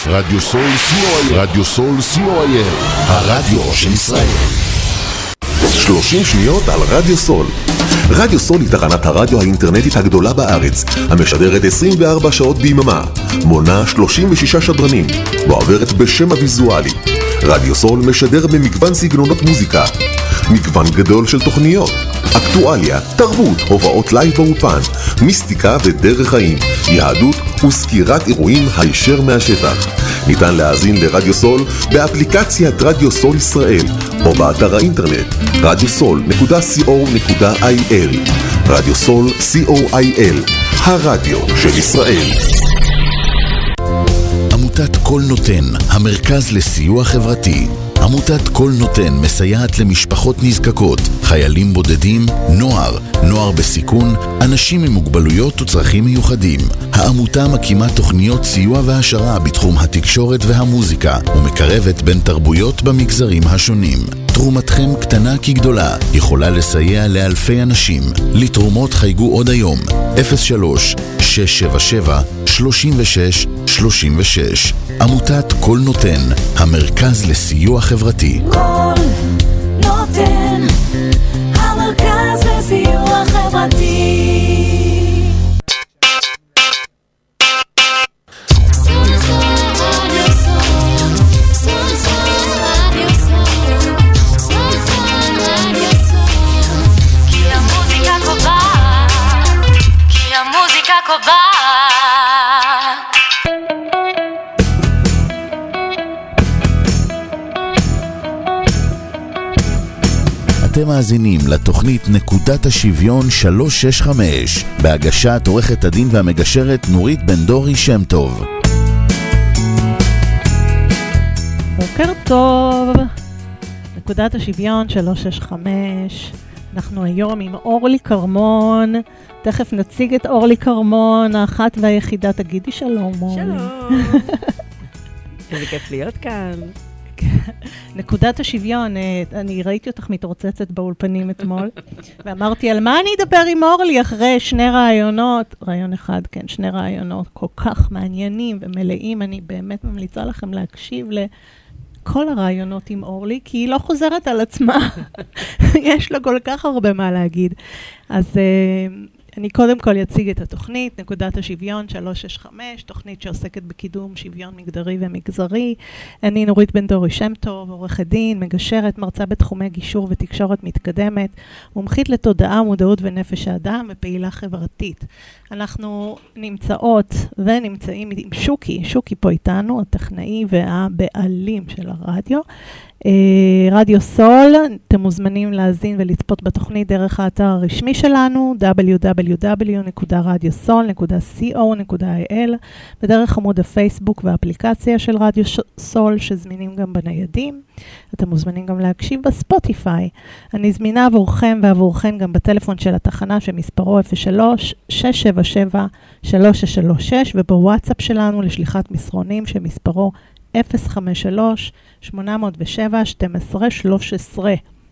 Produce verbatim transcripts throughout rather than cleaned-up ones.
רדיו סול סי או איי אל, רדיו סול סי או איי אל, הרדיו של ישראל. שלושים שניות על רדיו סול. רדיו סול היא תחנת הרדיו האינטרנטית הגדולה בארץ, המשדרת עשרים וארבע שעות ביממה, מונה שלושים ושישה שדרנים, ועוברת בשם הוויזואלי. רדיו סול משדר במגוון סגנונות מוזיקה, מגוון גדול של תוכניות, אקטואליה, תרבות, הובאות לייב באופן, מיסטיקה ודרך חיים, יהדות וסקירת אירועים הישר מהשטח. ניתן להאזין לרדיו סול באפליקציית רדיו סול ישראל או באתר האינטרנט רדיו סול נקודה סי או נקודה איי אל. רדיו סול סי או איי אל, הרדיו של ישראל. עמותת כל נותן, המרכז לסיוע חברתי. עמותת כל נותן מסייעת למשפחות נזקקות, חיילים בודדים, נוער, נוער בסיכון, אנשים עם מוגבלויות וצרכים מיוחדים. העמותה מקימה תוכניות סיוע והשרה בתחום התקשורת והמוזיקה ומקרבת בין תרבויות במגזרים השונים. תרומתכם קטנה כגדולה, יכולה לסייע לאלפי אנשים. לתרומות חייגו עוד היום אפס שלוש שש שבע שבע שלושים ושש שלושים ושש. עמותת כל נותן, המרכז לסיוע חברתי. כל נותן, המרכז לסיוע חברתי. אתם מאזינים לתוכנית נקודת השוויון שלוש שש חמש בהגשת עורכת הדין והמגשרת נורית בן דורי שם טוב. בוקר טוב, נקודת השוויון שלוש שש חמש. אנחנו היום עם אורלי קרמון. תכף נציג את אורלי קרמון, האחת והיחידה. תגידי שלום, אורלי. שלום. איזה כיף להיות כאן. נקודת השוויון, אני ראיתי אותך מתרוצצת באולפנים אתמול, ואמרתי על מה אני אדבר עם אורלי אחרי שני רעיונות, רעיון אחד, כן, שני רעיונות כל כך מעניינים ומלאים. אני באמת ממליצה לכם להקשיב לכל הרעיונות עם אורלי, כי היא לא חוזרת על עצמה. יש לה כל כך הרבה מה להגיד. אז אני קודם כל אציג את התוכנית, נקודת השוויון שלוש שש חמש, תוכנית שעוסקת בקידום שוויון מגדרי ומגזרי. אני נורית בן דורי שם טוב, עורכת דין, מגשרת, מרצה בתחומי גישור ותקשורת מתקדמת, מומחית לתודעה, מודעות ונפש האדם ופעילה חברתית. אנחנו נמצאות ונמצאים עם שוקי, שוקי פה איתנו, הטכנאי והבעלים של הרדיו. רדיו סול, אתם מוזמנים להזין ולצפות בתוכנית דרך האתר הרשמי שלנו דאבליו דאבליו דאבליו נקודה רדיו סול נקודה סי או נקודה איי אל, בדרך עמוד הפייסבוק והאפליקציה של רדיו סול שזמינים גם בניידים. אתם מוזמנים גם להקשיב בספוטיפיי. אני זמינה עבורכם ועבורכן גם בטלפון של התחנה שמספרו אפס שלוש שש שבע שבע שלוש שש שלוש שש ובוואטסאפ שלנו לשליחת מסרונים שמספרו אפס חמש שלוש שמונה אפס שבע שתים עשרה שלוש עשרה.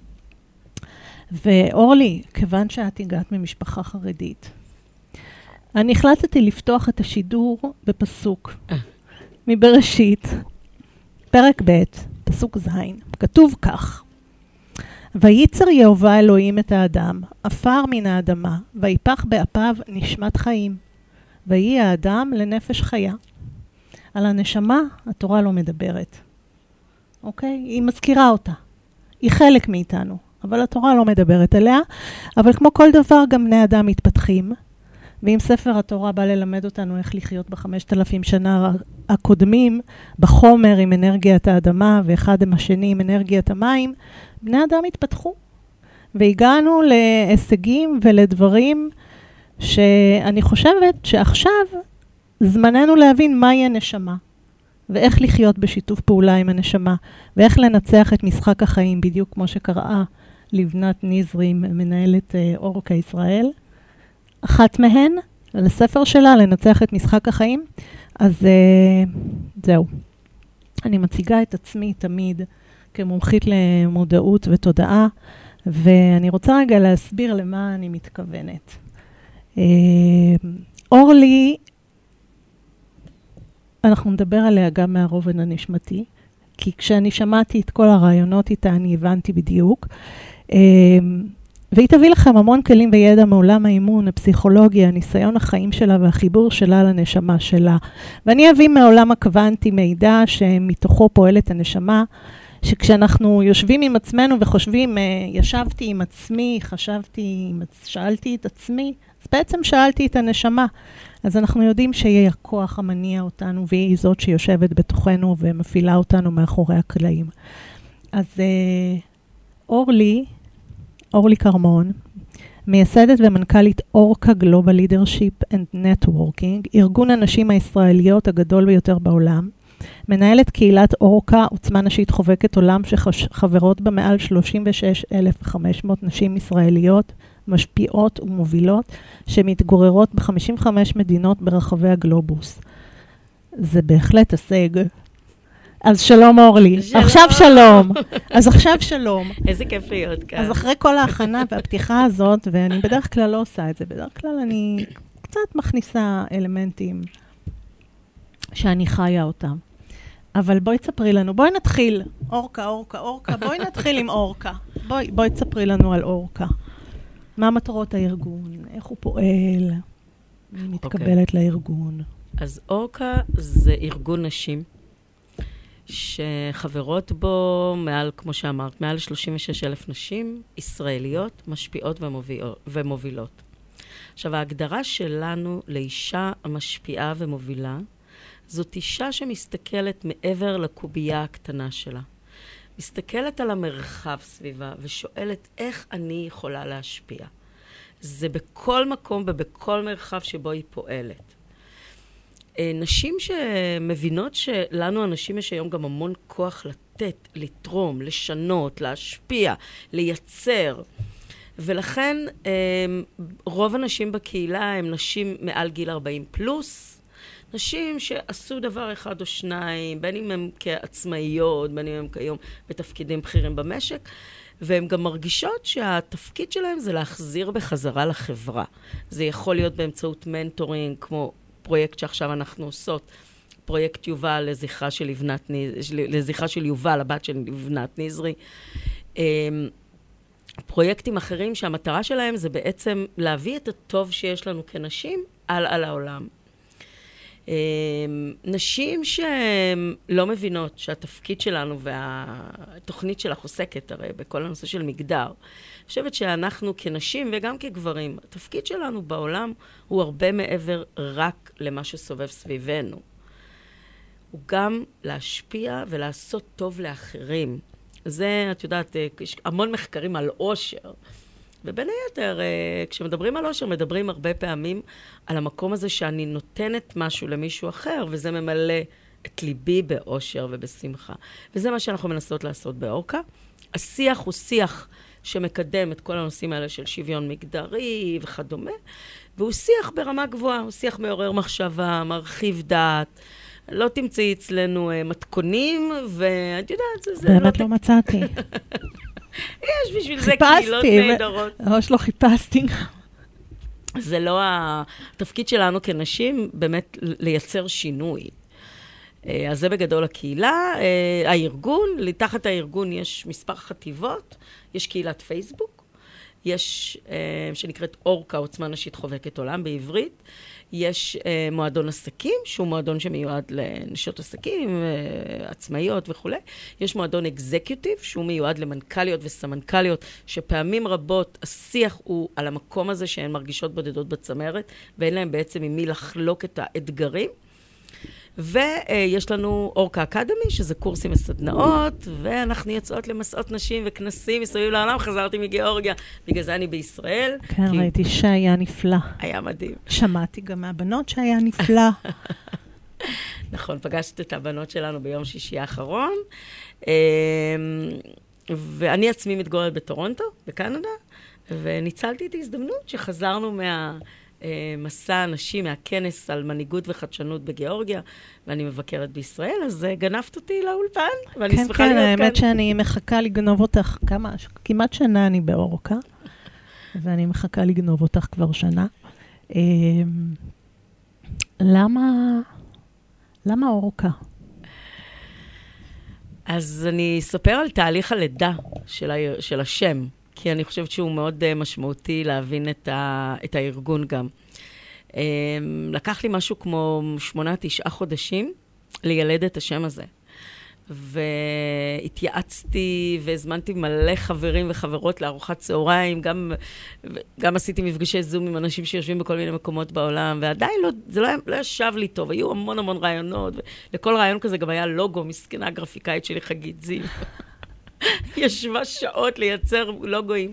ואורלי, כיוון שאת הגעת ממשפחה חרדית, אני החלטתי לפתוח את השידור בפסוק מבראשית, פרק ב', פסוק ז', כתוב כך: וייצר יהובה אלוהים את האדם, עפר מן האדמה, ויפח באפיו נשמת חיים, ויהי האדם לנפש חיה. על הנשמה התורה לא מדברת. אוקיי? היא מזכירה אותה. היא חלק מאיתנו, אבל התורה לא מדברת עליה. אבל כמו כל דבר, גם בני אדם מתפתחים. ואם ספר התורה בא ללמד אותנו איך לחיות בחמשת אלפים שנה הקודמים, בחומר עם אנרגיית האדמה, ואחד עם השני עם אנרגיית המים, בני אדם התפתחו. והגענו להישגים ולדברים שאני חושבת שעכשיו זמננו להבין מהי הנשמה, ואיך לחיות בשיתוף פעולה עם הנשמה, ואיך לנצח את משחק החיים, בדיוק כמו שקראה לבנת נזרי, מנהלת אורקה ישראל. אחת מהן, לספר שלה, לנצח את משחק החיים. אז זהו. אני מציגה את עצמי תמיד כמומחית למודעות ותודעה, ואני רוצה רגע להסביר למה אני מתכוונת. אורלי, אנחנו נדבר עליה גם מהרובד הנשמתי, כי כשאני שמעתי את כל הרעיונות איתה, אני הבנתי בדיוק. והיא תביא לכם המון כלים וידע מעולם האימון, הפסיכולוגיה, הניסיון החיים שלה והחיבור שלה לנשמה שלה. ואני אביא מעולם הקוונטי מידע שמתוכו פועלת הנשמה, שכשאנחנו יושבים עם עצמנו וחושבים, ישבתי עם עצמי, חשבתי, שאלתי את עצמי, אז בעצם שאלתי את הנשמה. אז אנחנו יודעים שיהיה הכוח המניע אותנו, והיא זאת שיושבת בתוכנו ומפעילה אותנו מאחורי הקלעים. אז אורלי, אורלי קרמון, מייסדת ומנכ"לית אורקה גלובל לידרשיפ אנד נטוורקינג, ארגון הנשים הישראליות הגדול ביותר בעולם, מנהלת קהילת אורקה, עוצמה נשית חובקת עולם שחברות בה מעל שלושים ושש אלף וחמש מאות נשים ישראליות, משפיעות ומובילות, שמתגוררות ב-חמישים וחמש מדינות ברחבי הגלובוס. זה בהחלט הישג. אז שלום אורלי. שלום. עכשיו שלום. אז עכשיו שלום. איזה כיף להיות כאן. אז אחרי כל ההכנה והפתיחה הזאת, ואני בדרך כלל לא עושה את זה, בדרך כלל אני קצת מכניסה אלמנטים שאני חיה אותם. אבל בואי תספרי לנו, בואי נתחיל. אורקה, אורקה, אורקה, בואי נתחיל עם אורקה. בואי, בואי תספרי לנו על אורקה. מה מטרות הארגון? איך הוא פועל? מי מתקבלת okay. לארגון? אז אורקה זה ארגון נשים, שחברות בו מעל, כמו שאמרת, מעל שלושים ושש אלף נשים ישראליות, משפיעות ומובילות. עכשיו, ההגדרה שלנו לאישה המשפיעה ומובילה, זאת אישה שמסתכלת מעבר לקובייה הקטנה שלה. מסתכלת על המרחב סביבה ושואלת איך אני יכולה להשפיע. זה בכל מקום ובכל מרחב שבו היא פועלת. נשים שמבינות שלנו הנשים יש היום גם המון כוח לתת, לתרום, לשנות, להשפיע, לייצר. ולכן רוב הנשים בקהילה הם נשים מעל גיל ארבעים פלוס, נשים שעשו דבר אחד או שניים, בין אם הם כעצמאיות, בין אם הם כיום בתפקידים בכירים במשק, והן גם מרגישות שהתפקיד שלהם זה להחזיר בחזרה לחברה. זה יכול להיות באמצעות מנטורינג, כמו פרויקט שעכשיו אנחנו עושות, פרויקט יובל לזכרה של לבנת, לזכרה של יובל, הבת של לבנת נזרי. פרויקטים אחרים שהמטרה שלהם זה בעצם להביא את הטוב שיש לנו כנשים על על העולם. נשים שהן לא מבינות שהתפקיד שלנו והתוכנית שלך עוסקת הרי בכל הנושא של מגדר. אני חושבת שאנחנו כנשים וגם כגברים, התפקיד שלנו בעולם הוא הרבה מעבר רק למה שסובב סביבנו. הוא גם להשפיע ולעשות טוב לאחרים. זה, את יודעת, יש המון מחקרים על עושר. ובין היתר, כשמדברים על עושר, מדברים הרבה פעמים על המקום הזה שאני נותנת משהו למישהו אחר, וזה ממלא את ליבי בעושר ובשמחה. וזה מה שאנחנו מנסות לעשות באורקה. השיח הוא שיח שמקדם את כל הנושאים האלה של שוויון מגדרי וכדומה, והוא שיח ברמה גבוהה, הוא שיח מעורר מחשבה, מרחיב דעת. לא תמצאי אצלנו מתכונים, ואת יודעת, זה, זה באמת לא... לא מצאתי. יש בשביל זה קהילות נהדרות. ממש לא חיפשתי. זה לא התפקיד שלנו כנשים, באמת לייצר שינוי. אז זה בגדול הקהילה. הארגון, תחת הארגון יש מספר חטיבות, יש קהילת פייסבוק, יש שנקראת אורקה, עוצמה נשית חובקת עולם בעברית, יש uh, מועדון עסקים, שהוא מועדון שמיועד לנשות עסקים, uh, עצמאיות וכו'. יש מועדון אקזקיוטיב, שהוא מיועד למנכ"ליות וסמנכ"ליות, שפעמים רבות השיח הוא על המקום הזה שהן מרגישות בודדות בצמרת, ואין להם בעצם עם מי לחלוק את האתגרים. ויש לנו אורקה אקדמי, שזה קורסים וסדנאות, ואנחנו יוצאות למסעות נשים וכנסים מסביב לעולם. חזרתי מגיאורגיה, בגלל זה אני בישראל. כן, כי... ראיתי שהיה נפלא. היה מדהים. שמעתי גם מהבנות שהיה נפלא. נכון, פגשת את הבנות שלנו ביום שישי האחרון, ואני עצמי מתגוררת בטורונטו, בקנדה, וניצלתי את ההזדמנות שחזרנו מה... מסע הנשים מהכנס על מנהיגות וחדשנות בגיאורגיה, ואני מבקרת בישראל, אז גנבת אותי לאולפן, ואני כן, שמחה כן, להיות כאן. כן, האמת שאני מחכה לגנוב אותך, כמה, כמעט שנה אני באורקה, ואני מחכה לגנוב אותך כבר שנה. למה, למה אורקה? אז אני אספר על תהליך הלידה של, ה... של השם, כי אני חושבת שהוא מאוד uh, משמעותי להבין את, ה... את הארגון גם. Um, לקח לי משהו כמו שמונה, תשעה חודשים לילד את השם הזה. והתייעצתי והזמנתי מלא חברים וחברות לארוחת צהריים, גם, גם עשיתי מפגשי זום עם אנשים שיושבים בכל מיני מקומות בעולם, ועדיין לא, זה לא, לא ישב לי טוב, היו המון המון רעיונות, ולכל רעיון כזה גם היה לוגו, מסכנה הגרפיקאית שלי חגית זיו. ישבה שעות לייצר לוגויים.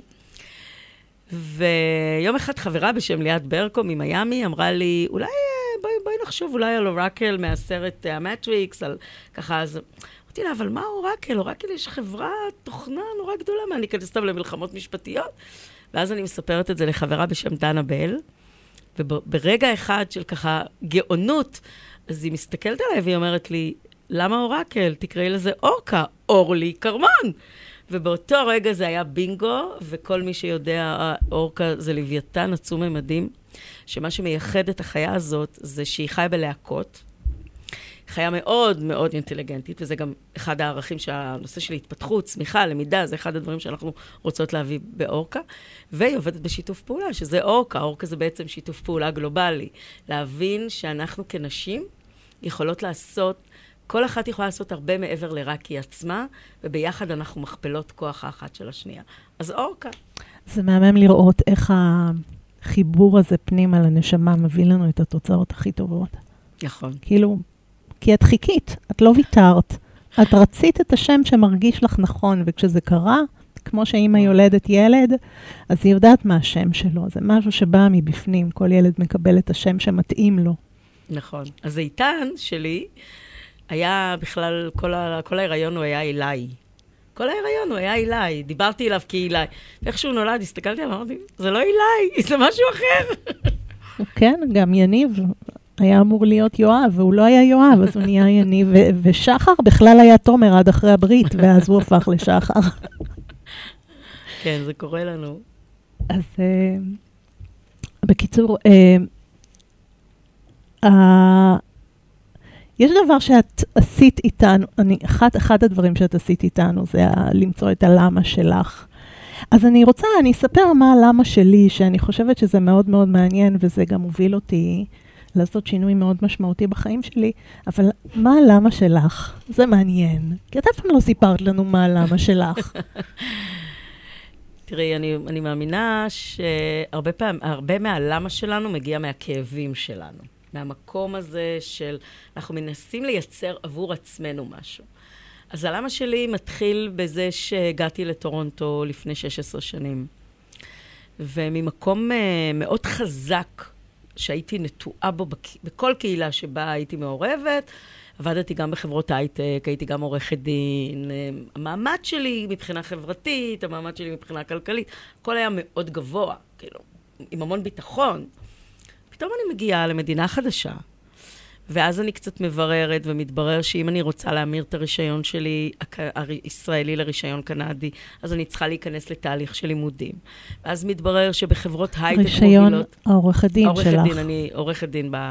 ויום אחד חברה בשם ליאת ברקו ממיימי אמרה לי, אולי בואי, בואי נחשוב אולי על אורקל מהסרט המטריקס, על ככה, אז אמרתי לה, אבל מה אורקל? אורקל יש חברה, תוכנה נורא גדולה, מה, אני אכנס אותם למלחמות משפטיות? ואז אני מספרת את זה לחברה בשם דנה בל, וברגע אחד של ככה גאונות, אז היא מסתכלת עליי והיא אומרת לי, למה אורקל? תקראי לזה אורקה, אורלי קרמון. ובאותו רגע זה היה בינגו, וכל מי שיודע, אורקה זה לוויתן עצום ממדים, שמה שמייחד את החיה הזאת זה שהיא חיה בלהקות, חיה מאוד מאוד אינטליגנטית, וזה גם אחד הערכים שהנושא של התפתחות, צמיחה, למידה, זה אחד הדברים שאנחנו רוצות להביא באורקה, והיא עובדת בשיתוף פעולה, שזה אורקה. אורקה זה בעצם שיתוף פעולה גלובלי. להבין שאנחנו כנשים יכולות לעשות, כל אחת יכולה לעשות הרבה מעבר לרק היא עצמה, וביחד אנחנו מכפלות כוח האחת של השנייה. אז אורקה. זה מהמם לראות איך החיבור הזה פנימה לנשמה מביא לנו את התוצאות הכי טובות. נכון. כאילו, כי את חיכית, את לא ויתרת. את רצית את השם שמרגיש לך נכון, וכשזה קרה, כמו שאמא יולדת ילד, אז היא יודעת מה השם שלו. זה משהו שבא מבפנים, כל ילד מקבל את השם שמתאים לו. נכון. אז איתן שלי היה בכלל, כל, ה, כל ההיריון הוא היה אליי. כל ההיריון הוא היה אליי. דיברתי אליו כאילי. ואיך שהוא נולד, הסתכלתי עליו, אמרתי, זה לא אליי, זה משהו אחר. כן, גם יניב היה אמור להיות יואב, והוא לא היה יואב, אז הוא נהיה יניב, ו- ושחר בכלל היה תומר עד אחרי הברית, ואז הוא הפך לשחר. כן, זה קורה לנו. אז uh, בקיצור, uh, uh, יש דבר שאת עשית איתנו, אני, אחד, אחד הדברים שאת עשית איתנו, זה למצוא את הלמה שלך. אז אני רוצה, אני אספר מה הלמה שלי, שאני חושבת שזה מאוד מאוד מעניין, וזה גם הוביל אותי לעשות שינוי מאוד משמעותי בחיים שלי, אבל מה הלמה שלך? זה מעניין. כי את אף פעם לא סיפרת לנו מה הלמה שלך. תראי, אני, אני מאמינה שהרבה פעמים, הרבה מהלמה שלנו מגיע מהכאבים שלנו. מהמקום הזה של, אנחנו מנסים לייצר עבור עצמנו משהו. אז הלמה שלי מתחיל בזה שהגעתי לטורונטו לפני שש עשרה שנים. וממקום uh, מאוד חזק, שהייתי נטועה בו בק... בכל קהילה שבה הייתי מעורבת, עבדתי גם בחברות הייטק, הייתי גם עורכת דין, המעמד שלי מבחינה חברתית, המעמד שלי מבחינה כלכלית, הכל היה מאוד גבוה, כאילו, עם המון ביטחון. פתאום אני מגיעה למדינה חדשה, ואז אני קצת מבררת ומתברר שאם אני רוצה להמיר את הרישיון שלי הישראלי לרישיון קנדי, אז אני צריכה להיכנס לתהליך של לימודים. ואז מתברר שבחברות הייטק רישיון מובילות... רישיון העורכת דין העורכת שלך. דין, אני עורכת דין ב...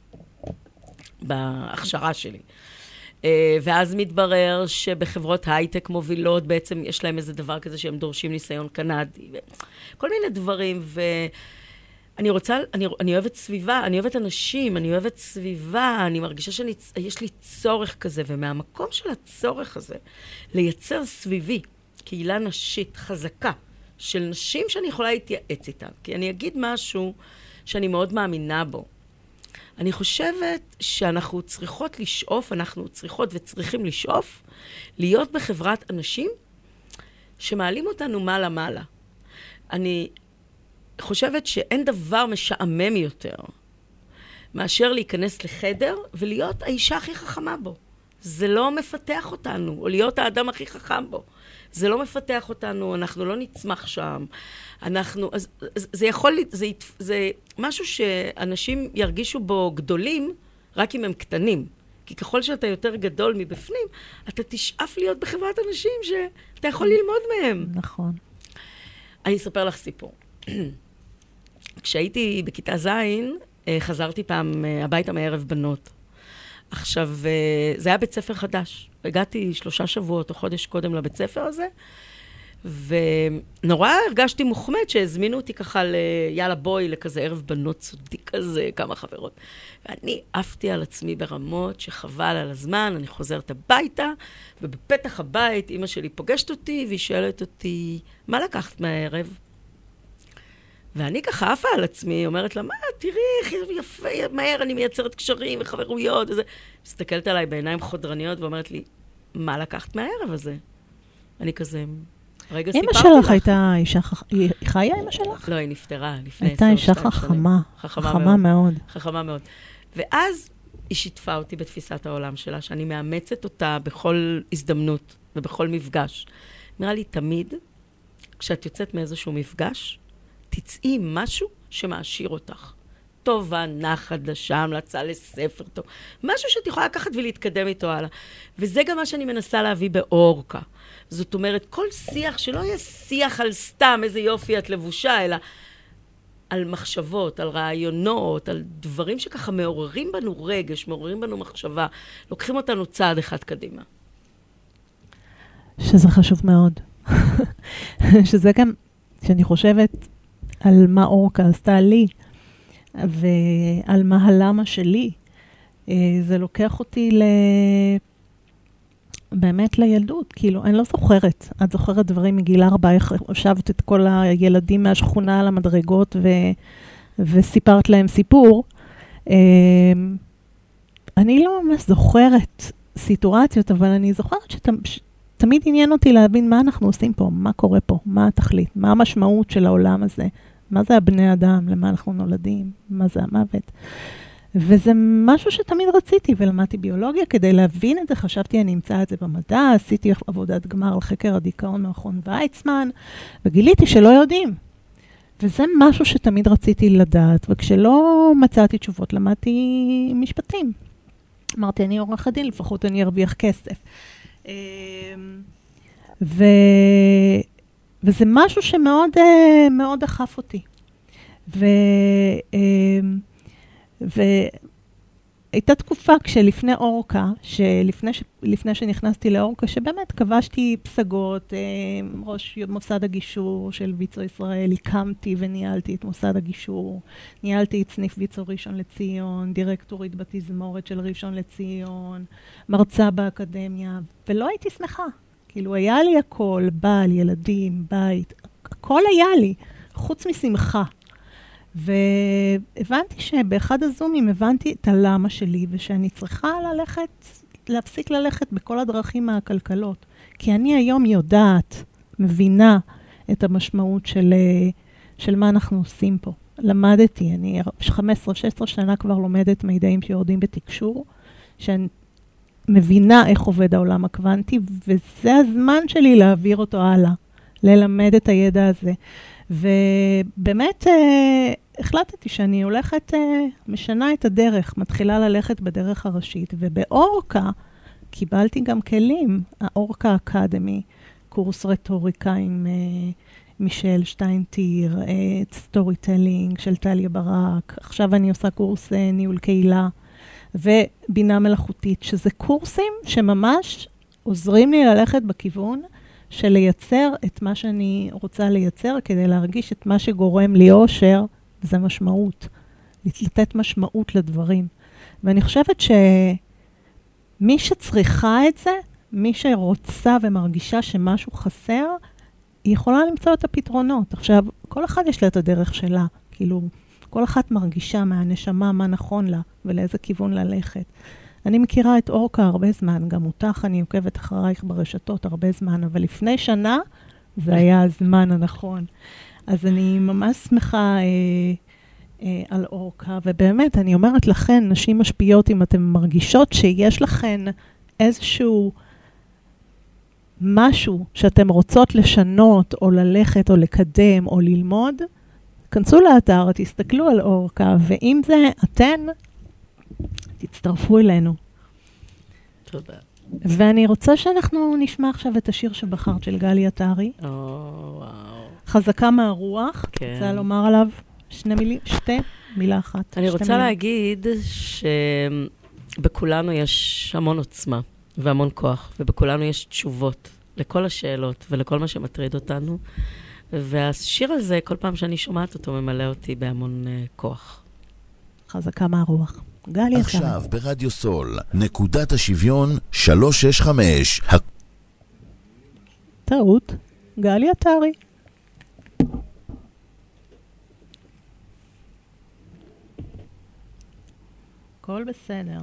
בהכשרה שלי. ואז מתברר שבחברות הייטק מובילות, בעצם יש להם איזה דבר כזה שהם דורשים ניסיון קנדי. כל מיני דברים, ו... אני רוצה, אני, אני אוהבת סביבה, אני אוהבת אנשים, אני אוהבת סביבה, אני מרגישה שיש לי צורך כזה, ומהמקום של הצורך הזה, לייצר סביבי קהילה נשית חזקה, של נשים שאני יכולה להתייעץ איתן. כי אני אגיד משהו שאני מאוד מאמינה בו. אני חושבת שאנחנו צריכות לשאוף, אנחנו צריכות וצריכים לשאוף, להיות בחברת אנשים שמעלים אותנו מעלה-מעלה. אני... חושבת שאין דבר משעמם יותר מאשר להיכנס לחדר ולהיות האישה הכי חכמה בו. זה לא מפתח אותנו, או להיות האדם הכי חכם בו. זה לא מפתח אותנו, אנחנו לא נצמח שם. אנחנו, אז, אז, זה יכול, זה, זה משהו שאנשים ירגישו בו גדולים רק אם הם קטנים. כי ככל שאתה יותר גדול מבפנים, אתה תשאף להיות בחברת אנשים שאתה יכול ללמוד מהם. נכון. אני אספר לך סיפור. כשהייתי בכיתה זין, חזרתי פעם הביתה מערב בנות. עכשיו, זה היה בית ספר חדש. הגעתי שלושה שבועות או חודש קודם לבית ספר הזה, ונורא הרגשתי מוחמד שהזמינו אותי ככה ליאללה בוי, לכזה ערב בנות סודי כזה, כמה חברות. ואני עפתי על עצמי ברמות שחבל על הזמן, אני חוזרת הביתה, ובפתח הבית אמא שלי פוגשת אותי, והיא שואלת אותי, מה לקחת מהערב? ואני ככה עפה על עצמי, אומרת לה, מה, תראי, איך יפה, מהר אני מייצרת קשרים וחברויות, וזה. מסתכלת עליי בעיניים חודרניות ואומרת לי, מה לקחת מהערב הזה? אני כזה, רגע סיפרתי לך. אמא שלך הייתה אישה, היא חיה אמא שלך? לא, היא נפטרה לפני הייתה אישה חכמה, חכמה מאוד. חכמה מאוד. ואז היא שיתפה אותי בתפיסת העולם שלה, שאני מאמצת אותה בכל הזדמנות ובכל מפגש. נראה לי תמיד, כשאת יוצאת מאיזשהו מפגש, תצאי משהו שמעשיר אותך. תובנה חדשה, המלצה לספר טוב. משהו שאת יכולה לקחת ולהתקדם איתו הלאה. וזה גם מה שאני מנסה להביא באורקה. זאת אומרת, כל שיח שלא יהיה שיח על סתם איזה יופי את לבושה, אלא על מחשבות, על רעיונות, על דברים שככה מעוררים בנו רגש, מעוררים בנו מחשבה, לוקחים אותנו צעד אחד קדימה. שזה חשוב מאוד. שזה גם, שאני חושבת על מה אורקה עשתה לי, ועל מה הלמה שלי. זה לוקח אותי ל... באמת לילדות, כאילו, אני לא זוכרת. את זוכרת דברים מגיל ארבע, איך הושבת את כל הילדים מהשכונה על המדרגות ו... וסיפרת להם סיפור. אני לא ממש זוכרת סיטואציות, אבל אני זוכרת שתמיד עניין אותי להבין מה אנחנו עושים פה, מה קורה פה, מה התכלית, מה המשמעות של העולם הזה, מה זה הבני אדם, למה אנחנו נולדים, מה זה המוות. וזה משהו שתמיד רציתי, ולמדתי ביולוגיה כדי להבין את זה, חשבתי אני אמצא את זה במדע, עשיתי עבודת גמר על חקר הדיכאון ממכון ויצמן, וגיליתי שלא יודעים. וזה משהו שתמיד רציתי לדעת, וכשלא מצאתי תשובות, למדתי משפטים. אמרתי, אני עורכת דין, לפחות אני ארוויח כסף. ו... וזה משהו שמאוד מאוד דחף אותי. ו... והייתה תקופה כשלפני אורקה, שלפני ש... לפני שנכנסתי לאורקה, שבאמת כבשתי פסגות, ראש מוסד הגישור של ויצו ישראל, הקמתי וניהלתי את מוסד הגישור, ניהלתי את סניף ויצו ראשון לציון, דירקטורית בתזמורת של ראשון לציון, מרצה באקדמיה, ולא הייתי שמחה. כאילו היה לי הכל, בעל, ילדים, בית, הכל היה לי, חוץ משמחה. והבנתי שבאחד הזומים הבנתי את הלמה שלי, ושאני צריכה ללכת, להפסיק ללכת בכל הדרכים הכלכלות. כי אני היום יודעת, מבינה את המשמעות של, של מה אנחנו עושים פה. למדתי, אני חמש עשרה שש עשרה שנה כבר לומדת מידעים שיורדים בתקשור, שאני מבינה איך עובד העולם הקוונטי, וזה הזמן שלי להעביר אותו הלאה, ללמד את הידע הזה. ובאמת אה, החלטתי שאני הולכת, אה, משנה את הדרך, מתחילה ללכת בדרך הראשית, ובאורקה קיבלתי גם כלים, האורקה אקדמי, קורס רטוריקה עם אה, מישל שטיינטיר, אה, סטורי טלינג של טליה ברק, עכשיו אני עושה קורס אה, ניהול קהילה, ובינה מלאכותית, שזה קורסים שממש עוזרים לי ללכת בכיוון, של לייצר את מה שאני רוצה לייצר, כדי להרגיש את מה שגורם לי אושר, וזה משמעות. לתת משמעות לדברים. ואני חושבת שמי שצריכה את זה, מי שרוצה ומרגישה שמשהו חסר, היא יכולה למצוא את הפתרונות. עכשיו, כל אחד יש לה את הדרך שלה. כאילו, כל אחת מרגישה מהנשמה מה נכון לה, ולאיזה כיוון ללכת. אני מכירה את אורקה הרבה זמן, גם אותך אני עוקבת אחרייך ברשתות הרבה זמן, אבל לפני שנה זה היה הזמן הנכון. אז אני ממש שמחה אה, אה, על אורקה, ובאמת אני אומרת לכן, נשים משפיעות, אם אתן מרגישות שיש לכן איזשהו משהו שאתן רוצות לשנות, או ללכת, או לקדם, או ללמוד, כנסו לאתר, תסתכלו על אורקה, ואם זה אתן, תצטרפו אלינו. תודה. ואני רוצה שאנחנו נשמע עכשיו את השיר שבחרת של גלי עטרי. או, וואו. חזקה מהרוח. כן. רוצה לומר עליו שני מילים, שתי, מילה אחת. אני שתי רוצה מילים. להגיד בכולנו יש המון עוצמה והמון כוח, ובכולנו יש תשובות לכל השאלות ולכל מה שמטריד אותנו, והשיר הזה, כל פעם שאני שומעת אותו, ממלא אותי בהמון uh, כוח. חזקה מהרוח. גלי עכשיו ברדיו סול, נקודת השוויון שלוש שש חמש. טעות, גלי עטרי. הכל בסדר.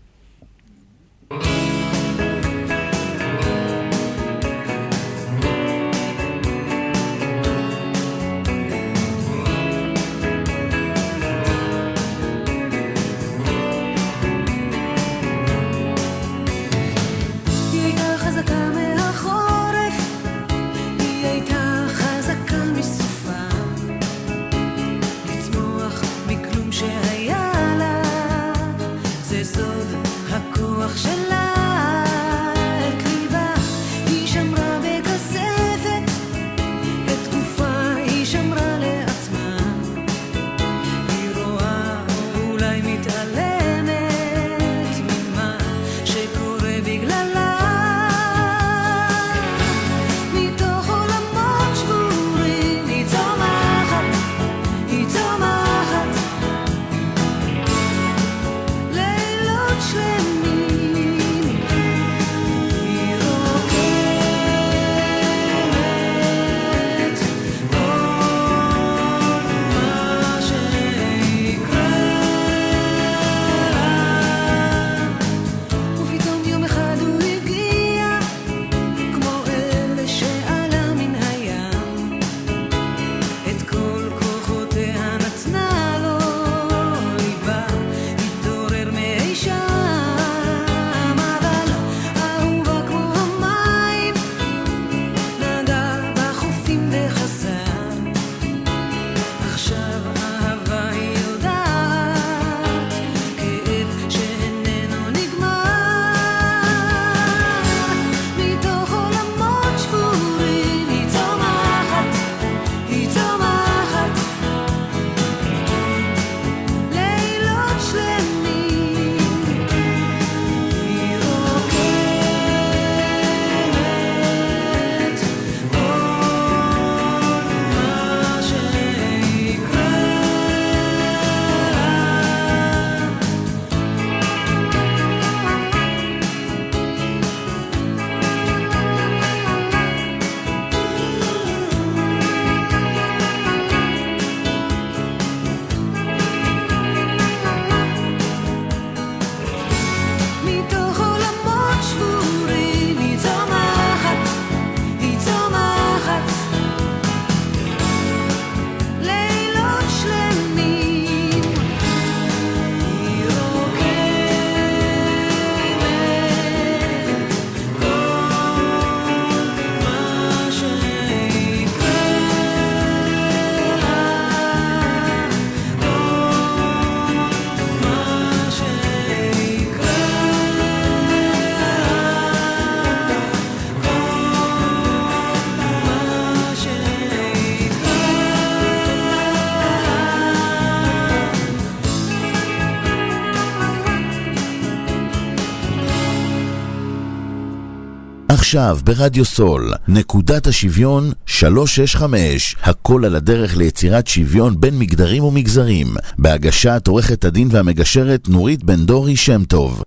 עכשיו ברדיו סול, נקודת השוויון שלוש שש חמש, הכל על הדרך ליצירת שוויון בין מגדרים ומגזרים, בהגשת עורכת הדין והמגשרת נורית בן דורי שם טוב.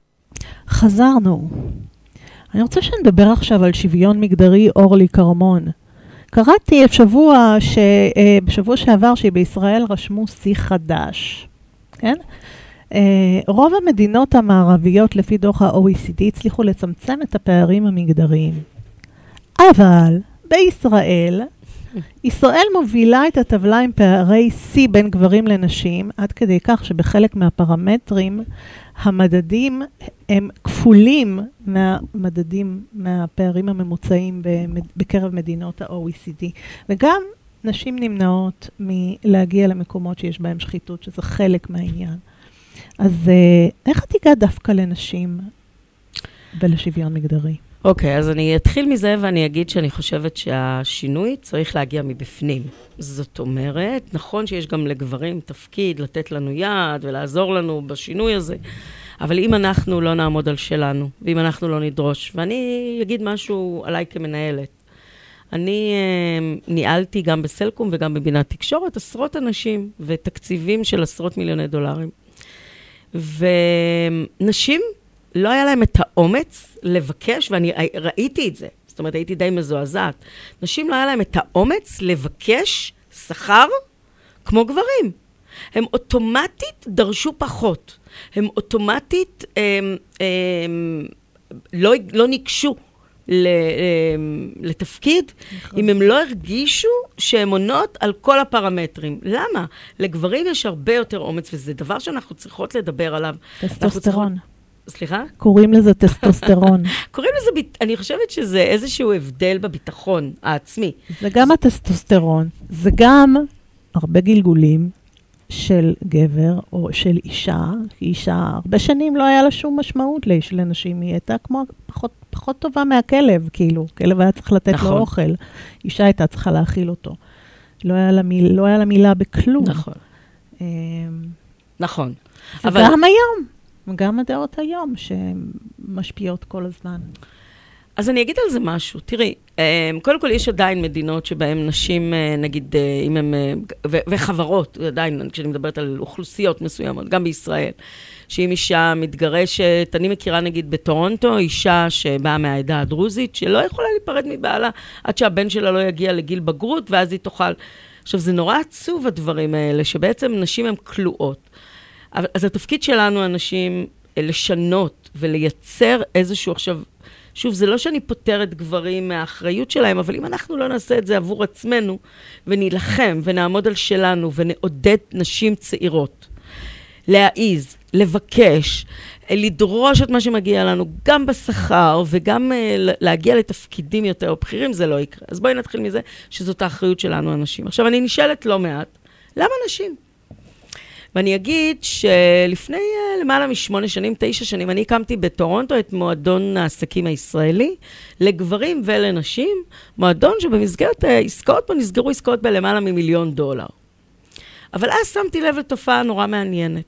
חזרנו. אני רוצה שנדבר עכשיו על שוויון מגדרי. אורלי קרמון. קראתי בשבוע, ש... בשבוע שעבר שבישראל רשמו שיא חדש. כן? רוב המדינות המערביות לפי דוח ה-או אי סי די הצליחו לצמצם את הפערים המגדריים. אבל בישראל, ישראל מובילה את הטבלה עם פערי שיא בין גברים לנשים, עד כדי כך שבחלק מהפרמטרים המדדים הם כפולים מהמדדים, מהפערים הממוצעים בקרב מדינות ה-או אי סי די. וגם נשים נמנעות מלהגיע למקומות שיש בהם שחיתות, שזה חלק מהעניין. אז איך את הגעת דווקא לנשים ולשוויון מגדרי? אוקיי, אז אני אתחיל מזה ואני אגיד שאני חושבת שהשינוי צריך להגיע מבפנים. זאת אומרת, נכון שיש גם לגברים תפקיד לתת לנו יד ולעזור לנו בשינוי הזה, אבל אם אנחנו לא נעמוד על שלנו, ואם אנחנו לא נדרוש, ואני אגיד משהו עליי כמנהלת, אני uh, ניהלתי גם בסלקום וגם בבינת תקשורת עשרות אנשים ותקציבים של עשרות מיליוני דולרים. ונשים לא היה להם את האומץ לבקש, ואני ראיתי את זה, זאת אומרת הייתי די מזועזעת, נשים לא היה להם את האומץ לבקש שכר כמו גברים. הם אוטומטית דרשו פחות. הם אוטומטית הם, הם, לא, לא ניקשו לתפקיד, אם הם לא הרגישו שהן עונות על כל הפרמטרים. למה? לגברים יש הרבה יותר אומץ, וזה דבר שאנחנו צריכות לדבר עליו. טסטוסטרון. סליחה? קוראים לזה טסטוסטרון. קוראים לזה, אני חושבת שזה איזשהו הבדל בביטחון העצמי. זה גם הטסטוסטרון, זה גם הרבה גלגולים של גבר או של אישה, כי אישה הרבה שנים לא היה לה שום משמעות לנשים, היא הייתה כמו פחות, פחות טובה מהכלב, כאילו, כלב היה צריך לתת נכון. לו אוכל, אישה הייתה צריכה להאכיל אותו. לא היה לה, מיל, לא היה לה מילה בכלום. נכון. נכון. אבל גם היום, גם הדעות היום שמשפיעות כל הזמן. אז אני אגיד על זה משהו. תראי, קודם כל יש עדיין מדינות שבהן נשים, נגיד, אם הם, וחברות, עדיין, כשאני מדברת על אוכלוסיות מסוימות, גם בישראל, שאם אישה מתגרשת, אני מכירה נגיד בטורונטו, אישה שבאה מהעדה הדרוזית, שלא יכולה להיפרד מבעלה, עד שהבן שלה לא יגיע לגיל בגרות, ואז היא תוכל. עכשיו, זה נורא עצוב הדברים האלה, שבעצם נשים הן כלואות. אז התפקיד שלנו, אנשים, לשנות ולייצר איזשהו עכשיו, שוב, זה לא שאני פותרת גברים מהאחריות שלהם, אבל אם אנחנו לא נעשה את זה עבור עצמנו, ונילחם ונעמוד על שלנו, ונעודד נשים צעירות, להעיז, לבקש, לדרוש את מה שמגיע לנו, גם בשכר, וגם uh, להגיע לתפקידים יותר בכירים, זה לא יקרה. אז בואי נתחיל מזה, שזאת האחריות שלנו, אנשים. עכשיו, אני נשאלת לא מעט, למה נשים? ואני אגיד שלפני uh, למעלה משמונה שנים, תשע שנים, אני הקמתי בטורונטו את מועדון העסקים הישראלי, לגברים ולנשים, מועדון שבמסגרת העסקאות בו נסגרו עסקאות בלמעלה ממיליון דולר. אבל אז שמתי לב לתופעה נורא מעניינת.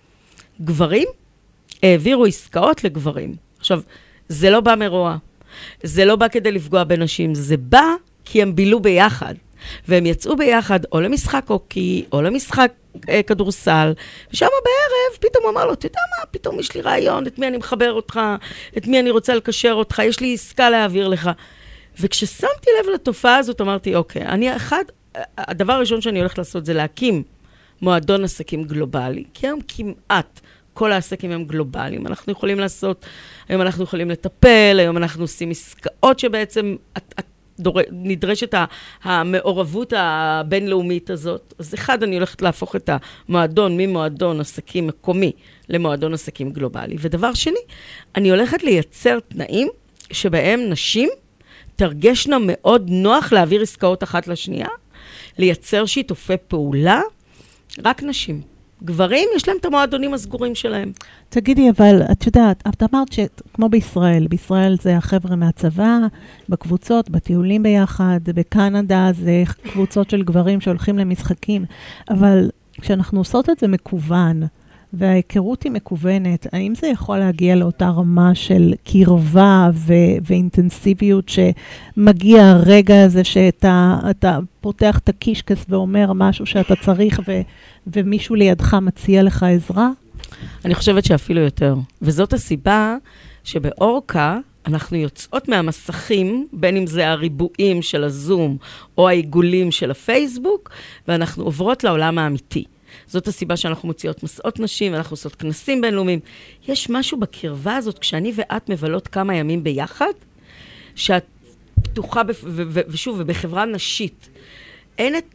גברים העבירו עסקאות לגברים. עכשיו, זה לא בא מרוע. זה לא בא כדי לפגוע בנשים, זה בא כי הם בילו ביחד. והם יצאו ביחד או למשחק אוקי, או למשחק אה, כדורסל, ושם בערב פתאום הוא אמר לו, אתה יודע מה, פתאום יש לי רעיון, את מי אני מחבר אותך, את מי אני רוצה לקשר אותך, יש לי עסקה להעביר לך. וכששמתי לב לתופעה הזאת, אמרתי, אוקיי, אני אחד, הדבר הראשון שאני הולך לעשות זה להקים מועדון עסקים גלובלי, כי היום כמעט כל העסקים הם גלובליים. אנחנו יכולים לעשות, היום אנחנו יכולים לטפל, היום אנחנו עושים עסקאות שבעצם את, את דור... נדרשת המעורבות הבינלאומית הזאת. אז אחד, אני הולכת להפוך את המועדון ממועדון עסקים מקומי למועדון עסקים גלובלי. ודבר שני, אני הולכת לייצר תנאים שבהם נשים תרגשנה מאוד נוח להעביר עסקאות אחת לשנייה, לייצר שיתופי פעולה, רק נשים. גברים, יש להם את המועדונים הסגורים שלהם. תגידי, אבל את יודעת, את אמרת שכמו בישראל, בישראל זה החבר'ה מהצבא, בקבוצות, בטיולים ביחד, בקנדה זה קבוצות של גברים שהולכים למשחקים, אבל כשאנחנו עושות את זה מקוון, וההיכרות היא מקוונת, האם זה יכול להגיע לאותה רמה של קרבה ו- ואינטנסיביות שמגיע הרגע הזה שאתה אתה פותח את הקישקס ואומר משהו שאתה צריך ו- ומישהו לידך מציע לך עזרה? אני חושבת שאפילו יותר. וזאת הסיבה שבאורקה אנחנו יוצאות מהמסכים, בין אם זה הריבועים של הזום או העיגולים של הפייסבוק, ואנחנו עוברות לעולם האמיתי. זאת הסיבה שאנחנו מוציאות מסעות נשים, ואנחנו עושות כנסים בינלאומיים. יש משהו בקרבה הזאת, כשאני ואת מבלות כמה ימים ביחד, שאת פתוחה, בפ... ו- ו- ושוב, ובחברה נשית. אין את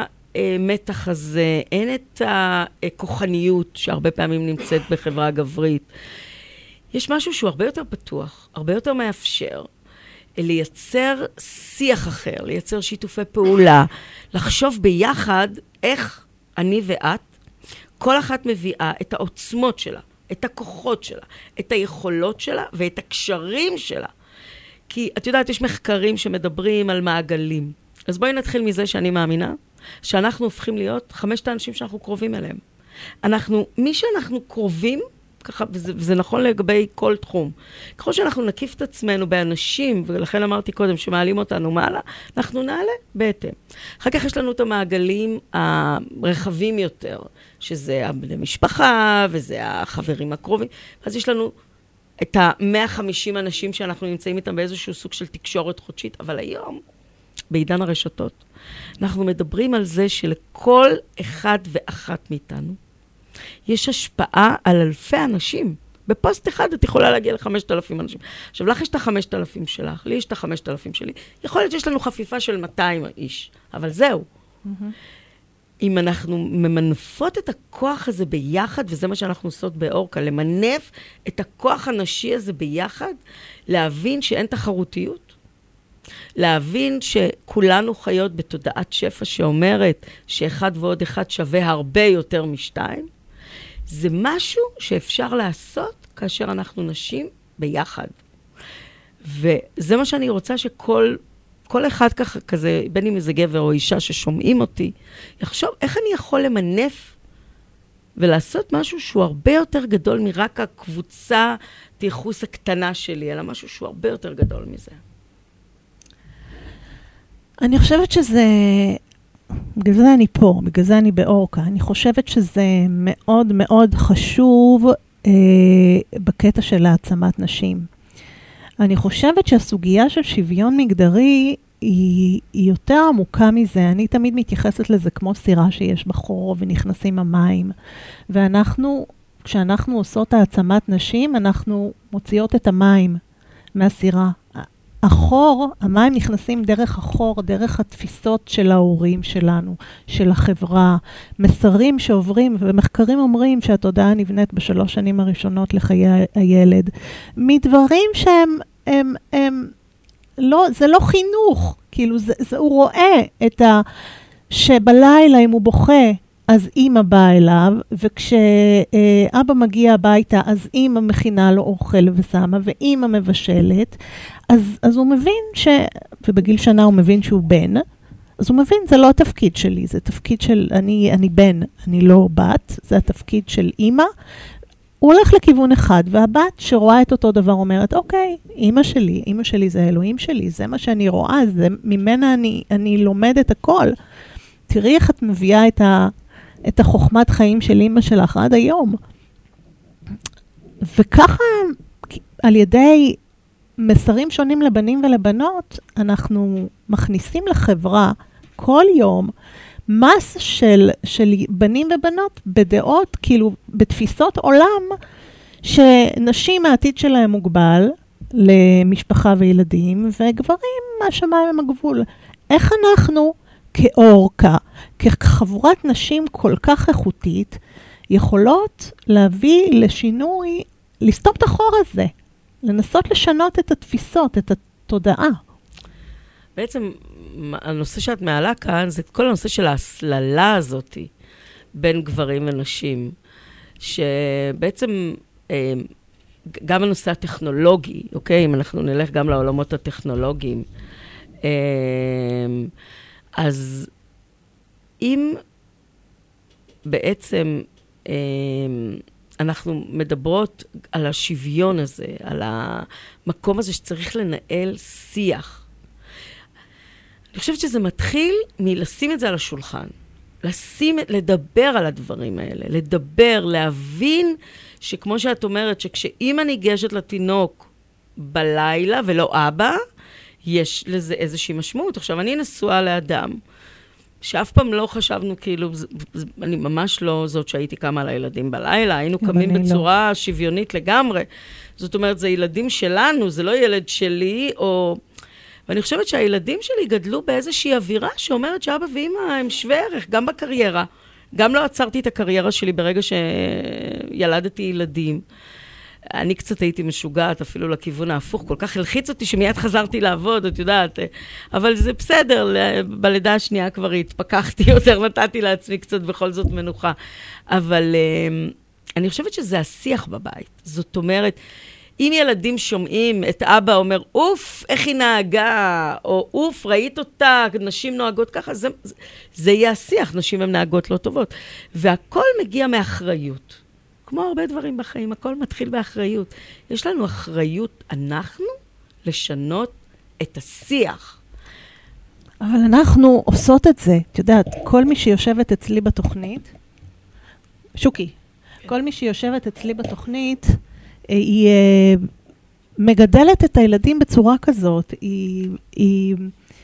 המתח הזה, אין את הכוחניות שהרבה פעמים נמצאת בחברה גברית. יש משהו שהוא הרבה יותר פתוח, הרבה יותר מאפשר, לייצר שיח אחר, לייצר שיתופי פעולה, לחשוב ביחד איך אני ואת, כל אחת מביאה את העוצמות שלה, את הכוחות שלה, את היכולות שלה ואת הקשרים שלה. כי את יודעת, יש מחקרים שמדברים על מעגלים. אז בואי נתחיל מזה שאני מאמינה, שאנחנו הופכים להיות חמשת האנשים שאנחנו קרובים אליהם. אנחנו, מי שאנחנו קרובים, ככה, וזה, וזה נכון לגבי כל תחום. ככל שאנחנו נקיף את עצמנו באנשים, ולכן אמרתי קודם שמעלים אותנו מעלה, אנחנו נעלה בהתאם. אחר כך יש לנו את המעגלים הרחבים יותר, שזה הבני משפחה, וזה החברים הקרובים, אז יש לנו את ה-מאה וחמישים אנשים שאנחנו נמצאים איתם באיזשהו סוג של תקשורת חודשית, אבל היום, בעידן הרשתות, אנחנו מדברים על זה שלכל אחד ואחת מאיתנו, יש השפעה על אלפי אנשים. בפוסט אחד את יכולה להגיע ל-חמשת אלפים אנשים. עכשיו, לך יש את ה-חמשת אלפים שלך, לי יש את ה-חמשת אלפים שלי. יכול להיות שיש לנו חפיפה של מאתיים איש, אבל זהו. Mm-hmm. אם אנחנו ממנפות את הכוח הזה ביחד, וזה מה שאנחנו עושות באורקה, למנף את הכוח הנשי הזה ביחד, להבין שאין תחרותיות, להבין שכולנו חיות בתודעת שפע שאומרת שאחד ועוד אחד שווה הרבה יותר משתיים, זה משהו שאפשר לעשות כאשר אנחנו נשים ביחד. וזה מה שאני רוצה שכל כל אחד ככה, כזה, בין אם זה גבר או אישה ששומעים אותי, יחשוב איך אני יכול למנף ולעשות משהו שהוא הרבה יותר גדול מרק הקבוצה, תייחוס הקטנה שלי, אלא משהו שהוא הרבה יותר גדול מזה. אני חושבת שזה, בגלל זה אני פה, בגלל זה אני באורקה, אני חושבת שזה מאוד מאוד חשוב אה, בקטע של העצמת נשים. אני חושבת שהסוגיה של שוויון מגדרי היא, היא יותר עמוקה מזה. אני תמיד מתייחסת לזה כמו סירה שיש בחור ונכנסים המים. ואנחנו, כשאנחנו עושות העצמת נשים, אנחנו מוציאות את המים מהסירה. החור, המים נכנסים דרך החור, דרך התפיסות של ההורים שלנו, של החברה, מסרים שעוברים, ומחקרים אומרים שהתודעה נבנית בשלוש שנים הראשונות לחיי הילד, מדברים שהם, הם, הם, לא, זה לא חינוך, כאילו זה, זה, הוא רואה את ה, שבלילה אם הוא בוכה, אז אמא באה אליו, וכשאבא מגיע הביתה, אז אמא מכינה לו אוכל ושמה, ואמא מבשלת, אז, אז הוא מבין ש... ובגיל שנה הוא מבין שהוא בן, אז הוא מבין, זה לא התפקיד שלי, זה תפקיד של... אני, אני בן, אני לא בת, זה התפקיד של אמא. הוא הולך לכיוון אחד, והבת שרואה את אותו דבר אומרת, אוקיי, אמא שלי, אמא שלי זה אלוהים שלי, זה מה שאני רואה, זה, ממנה אני, אני לומדת הכל. תראי איך את מביאה את, ה, את החוכמת חיים של אמא שלך עד היום. וככה, על ידי מסרים שונים לבנים ולבנות, אנחנו מכניסים לחברה כל יום מס של, של בנים ובנות בדעות, כאילו בתפיסות עולם, שנשים העתיד שלהם מוגבל למשפחה וילדים, וגברים מהשמיים הם הגבול. איך אנחנו כאורקה, כחבורת נשים כל כך איכותית, יכולות להביא לשינוי, לסתום את החור הזה, לנסות לשנות את התפיסות, את התודעה. בעצם, הנושא שאת מעלה כאן, זה כל הנושא של ההסללה הזאת בין גברים ונשים, שבעצם גם הנושא הטכנולוגי, אוקיי? אם אנחנו נלך גם לעולמות הטכנולוגיים, אז אם בעצם אנחנו מדברות על השוויון הזה, על המקום הזה שצריך לנהל שיח, אני חושבת שזה מתחיל מלשים את זה על השולחן. לשים, לדבר על הדברים האלה, לדבר, להבין שכמו שאת אומרת, שכשאמא ניגשת לתינוק בלילה ולא אבא, יש לזה איזושהי משמעות. עכשיו, אני נשואה לאדם, שאף פעם לא חשבנו, כאילו, אני ממש לא זאת שהייתי קמה על הילדים בלילה, היינו קמים בצורה לא. שוויונית לגמרי. זאת אומרת, זה ילדים שלנו, זה לא ילד שלי, או... ואני חושבת שהילדים שלי גדלו באיזושהי אווירה שאומרת שאבא ואמא הם שווה ערך, גם בקריירה. גם לא עצרתי את הקריירה שלי ברגע שילדתי ילדים. אני קצת הייתי משוגעת אפילו לכיוון ההפוך, כל כך הלחיץ אותי שמיד חזרתי לעבוד, את יודעת. אבל זה בסדר, בלידה השנייה כבר התפקחתי יותר, נתתי לעצמי קצת בכל זאת מנוחה. אבל אני חושבת שזה השיח בבית. זאת אומרת, אם ילדים שומעים את אבא אומר, אוף, איך היא נהגה, או אוף, ראית אותה, נשים נוהגות ככה, זה, זה יהיה השיח, נשים הן נהגות לא טובות. והכל מגיע מאחריות. כמו הרבה דברים בחיים, הכל מתחיל באחריות. יש לנו אחריות, אנחנו, לשנות את השיח. אבל אנחנו עושות את זה, את יודעת, כל מי שיושבת אצלי בתוכנית, שוקי, כן. כל מי שיושבת אצלי בתוכנית, היא מגדלת את הילדים בצורה כזאת, היא, היא,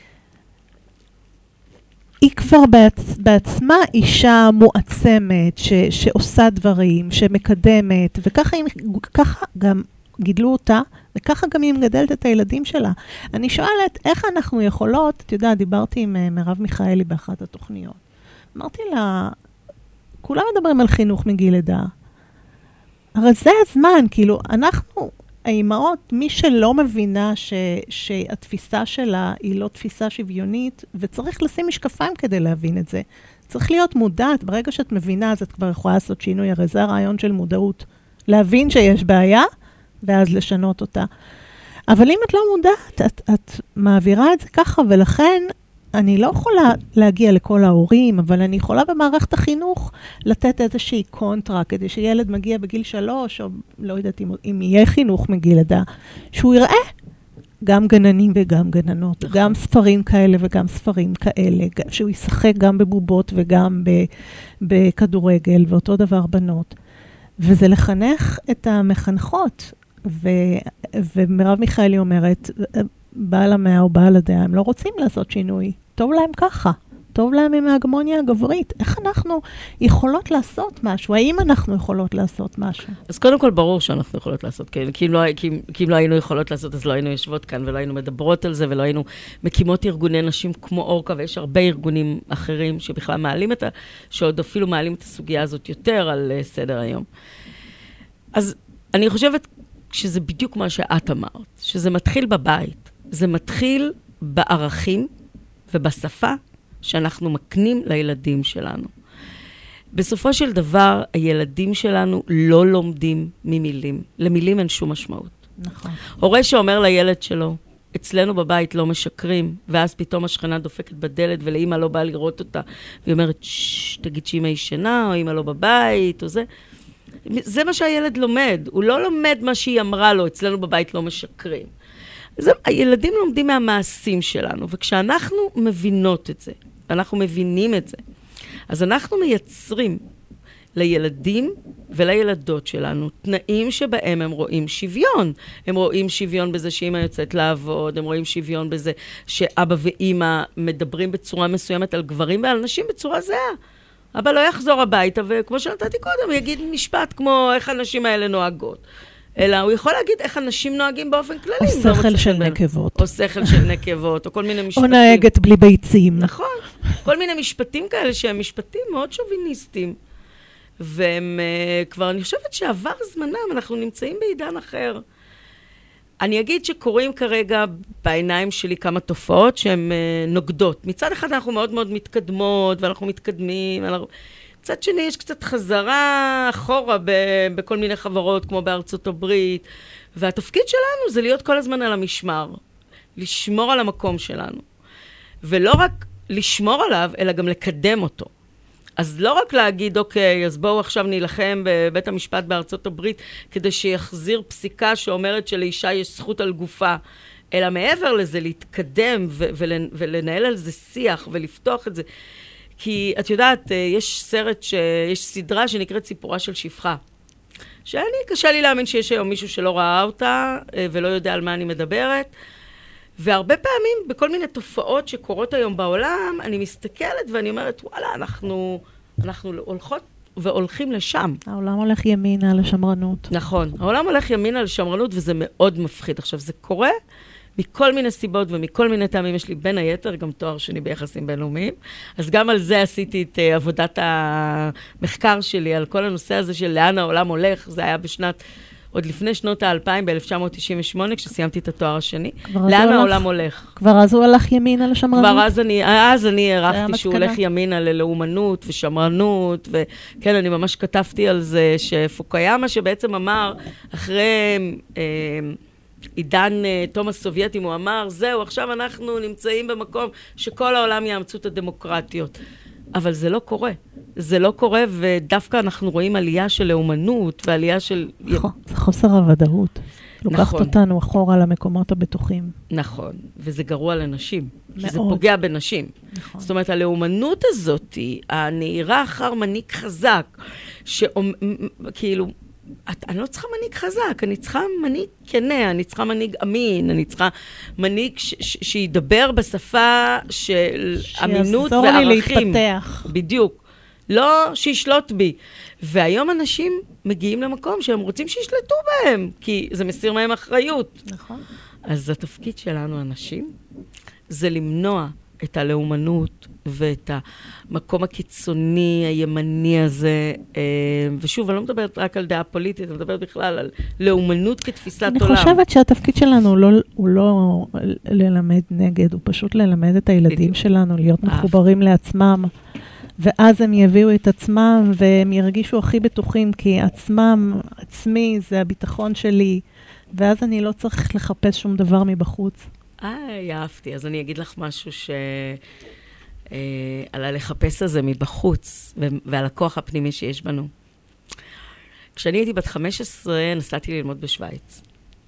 היא כבר בעצ, בעצמה אישה מועצמת, ש, שעושה דברים, שמקדמת, וככה היא, ככה גם גידלו אותה, וככה גם היא מגדלת את הילדים שלה. אני שואלת, איך אנחנו יכולות, את יודעת, דיברתי עם מרב מיכאלי באחת התוכניות. אמרתי לה, כולם מדברים על חינוך מגיל לידה. הרי זה הזמן, כאילו, אנחנו, האימהות, מי שלא מבינה ש, שהתפיסה שלה היא לא תפיסה שוויונית, וצריך לשים משקפיים כדי להבין את זה. צריך להיות מודעת, ברגע שאת מבינה, אז את כבר יכולה לעשות שינוי, הרי זה הרעיון של מודעות. להבין שיש בעיה, ואז לשנות אותה. אבל אם את לא מודעת, את, את מעבירה את זה ככה, ולכן אני לא יכולה להגיע לכל ההורים, אבל אני יכולה במערכת החינוך לתת איזושהי קונטרה, כדי שילד מגיע בגיל שלוש, או לא יודעת אם, אם יהיה חינוך מגיל לידה, שהוא יראה גם גננים וגם גננות, נכון. גם ספרים כאלה וגם ספרים כאלה, שהוא ישחק גם בבובות וגם בכדורגל, ואותו דבר בנות. וזה לחנך את המחנכות, ו, ומרב מיכאלי אומרת, בעל המאה או בעל הדעה, הם לא רוצים לעשות שינוי. טוב להם ככה. טוב להם עם ההגמוניה הגברית. איך אנחנו יכולות לעשות משהו? האם אנחנו יכולות לעשות משהו? אז קודם כל ברור שאנחנו יכולות לעשות, כי, כי, אם לא, כי, כי אם לא היינו יכולות לעשות, אז לא היינו יושבות כאן, ולא היינו מדברות על זה, ולא היינו מקימות ארגוני נשים כמו אורקה, ויש הרבה ארגונים אחרים שבכלל מעלים את ה... שעוד אפילו מעלים את הסוגיה הזאת יותר על uh, סדר היום. אז אני חושבת שזה בדיוק מה שאת אמרת, שזה מתחיל בבית. זה מתחיל בערכים ובשפה שאנחנו מקנים לילדים שלנו. בסופו של דבר, הילדים שלנו לא לומדים ממילים. למילים אין שום משמעות. נכון. הורה שאומר לילד שלו, אצלנו בבית לא משקרים, ואז פתאום השכנה דופקת בדלת, ולאמא לא באה לראות אותה, והיא אומרת, ששש, תגיד שאמא ישנה, או אמא לא בבית, או זה. זה מה שהילד לומד. הוא לא לומד מה שהיא אמרה לו, אצלנו בבית לא משקרים. זה, הילדים לומדים מהמעשים שלנו, וכשאנחנו מבינות את זה, אנחנו מבינים את זה, אז אנחנו מייצרים לילדים ולילדות שלנו תנאים שבהם הם רואים שוויון. הם רואים שוויון בזה שאמא יוצאת לעבוד, הם רואים שוויון בזה שאבא ואמא מדברים בצורה מסוימת על גברים ועל נשים בצורה זהה. אבא לא יחזור הביתה, וכמו שנתתי קודם, הוא יגיד משפט כמו איך הנשים האלה נוהגות. אלא הוא יכול להגיד איך אנשים נוהגים באופן כללי. או שכל של נקבות. או שכל של נקבות, או כל מיני משפטים. או נהגת בלי ביצים. נכון. כל מיני משפטים כאלה שהם משפטים מאוד שוביניסטיים. והם כבר, אני חושבת שעבר זמנם, אנחנו נמצאים בעידן אחר. אני אגיד שקוראים כרגע בעיניים שלי כמה תופעות שהן נוגדות. מצד אחד אנחנו מאוד מאוד מתקדמות, ואנחנו מתקדמים, ואנחנו... מצד שני, יש קצת חזרה אחורה ב- בכל מיני חברות, כמו בארצות הברית, והתפקיד שלנו זה להיות כל הזמן על המשמר, לשמור על המקום שלנו. ולא רק לשמור עליו, אלא גם לקדם אותו. אז לא רק להגיד, אוקיי, אז בואו עכשיו נילחם בבית המשפט בארצות הברית, כדי שיחזיר פסיקה שאומרת שלאישה יש זכות על גופה, אלא מעבר לזה, להתקדם ו- ול- ולנהל על זה שיח ולפתוח את זה. כי את יודעת, יש סרט, ש... יש סדרה שנקראת סיפורה של שפחה. שאני, קשה לי להאמין שיש היום מישהו שלא ראה אותה, ולא יודע על מה אני מדברת. והרבה פעמים, בכל מיני תופעות שקורות היום בעולם, אני מסתכלת ואני אומרת, וואלה, אנחנו, אנחנו הולכות והולכים לשם. העולם הולך ימינה לשמרנות. נכון, העולם הולך ימינה לשמרנות, וזה מאוד מפחיד. עכשיו, זה קורה מכל מיני סיבות ומכל מיני טעמים. יש לי בין היתר גם תואר שני ביחסים בינלאומיים, אז גם על זה עשיתי את uh, עבודת המחקר שלי, על כל הנושא הזה של לאן העולם הולך. זה היה בשנת, עוד לפני שנות האלפיים, ב-אלף תשע מאות תשעים ושמונה, כשסיימתי את התואר השני. לאן העולם הולך? כבר אז הוא הלך ימינה לשמרנות? כבר אז אני, אז אני הערכתי שהוא הולך ימינה ללאומנות ושמרנות, וכן, אני ממש כתבתי על זה, שפוקיאמה שבעצם אמר, אחרי... אה, עידן תומאס סובייטים, הוא אמר, זהו, עכשיו אנחנו נמצאים במקום שכל העולם יאמצו את הדמוקרטיות. אבל זה לא קורה. זה לא קורה, ודווקא אנחנו רואים עלייה של לאומנות, ועלייה של... נכון, זה חוסר הוודאות. לוקחת נכון. אותנו אחורה למקומות הבטוחים. נכון, וזה גרוע לנשים, כי מאוד. זה פוגע בנשים. נכון. זאת אומרת, הלאומנות הזאת, הנעירה אחר מנהיג חזק, שכאילו, אני לא צריכה מנהיג חזק, אני צריכה מנהיג כנה, אני צריכה מנהיג אמין, אני צריכה מנהיג ש- ש- שידבר בשפה של אמינות וערכים. שיעזור לי להתפתח. בדיוק. לא שישלוט בי. והיום אנשים מגיעים למקום שהם רוצים שישלטו בהם, כי זה מסיר מהם אחריות. נכון. אז התפקיד שלנו, אנשים, זה למנוע את הלאומנות ואת המקום הקיצוני, הימני הזה. ושוב, אני לא מדברת רק על דעה פוליטית, אני מדברת בכלל על לאומנות כתפיסת אני עולם. אני חושבת שהתפקיד שלנו הוא לא, הוא לא ללמד נגד, הוא פשוט ללמד את הילדים בדיוק. שלנו, להיות מחוברים לעצמם. ואז הם יביאו את עצמם, והם ירגישו הכי בטוחים, כי עצמם, עצמי, זה הביטחון שלי, ואז אני לא צריך לחפש שום דבר מבחוץ. אה, אהבתי. אז אני אגיד לך משהו ש... אה, על הלחפש הזה מבחוץ, ו- ועל הכוח הפנימי שיש בנו. כשאני הייתי בת חמש עשרה, נסעתי ללמוד בשוויץ.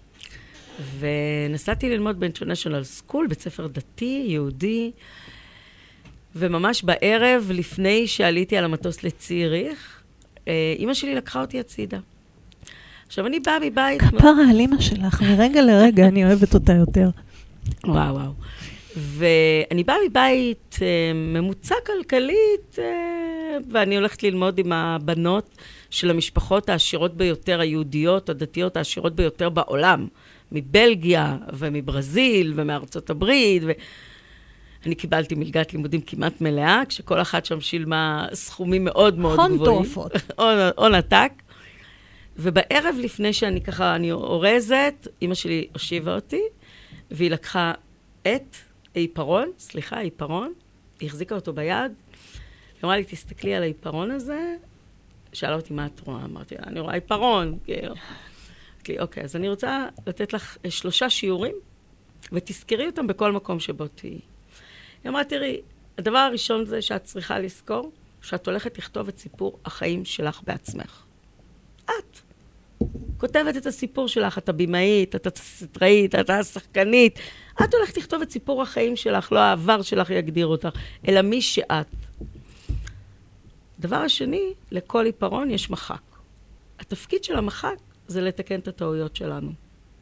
ונסעתי ללמוד ב-International School, בית ספר דתי, יהודי, וממש בערב, לפני שעליתי על המטוס לציריך, אמא שלי לקחה אותי הצידה. עכשיו, אני באה מבית... כפרה על אמא שלך, מרגע לרגע אני אוהבת אותה יותר. וואו, וואו. ואני באה מבית ממוצע כלכלית, ואני הולכת ללמוד עם הבנות של המשפחות העשירות ביותר, היהודיות, הדתיות העשירות ביותר בעולם, מבלגיה ומברזיל ומארצות הברית, ו... אני קיבלתי מלגת לימודים כמעט מלאה, כשכל אחת שם שילמה סכומים מאוד מאוד גבוהים. הון תורפות. הון עתק. ובערב לפני שאני ככה, אני אורזת, אמא שלי הושיבה אותי, והיא לקחה את העיפרון, סליחה, העיפרון, היא החזיקה אותו ביד, היא אמרה לי, תסתכלי על העיפרון הזה, שאלה אותי מה את רואה, אמרתי לה, אני רואה עיפרון, כאילו. אמרתי לי, אוקיי, אז אני רוצה לתת לך שלושה שיעורים, ותזכרי אותם בכל מקום שבו תהיי. היא אמרה, תראי, הדבר הראשון זה שאת צריכה לזכור, שאת הולכת לכתוב את סיפור החיים שלך בעצמך. את כותבת את הסיפור שלך, את הבימאית, את הסטראית, את השחקנית. את הולכת לכתוב את סיפור החיים שלך, לא העבר שלך יגדיר אותך, אלא מי שאת. דבר השני, לכל עיפרון יש מחק. התפקיד של המחק זה לתקן את הטעויות שלנו.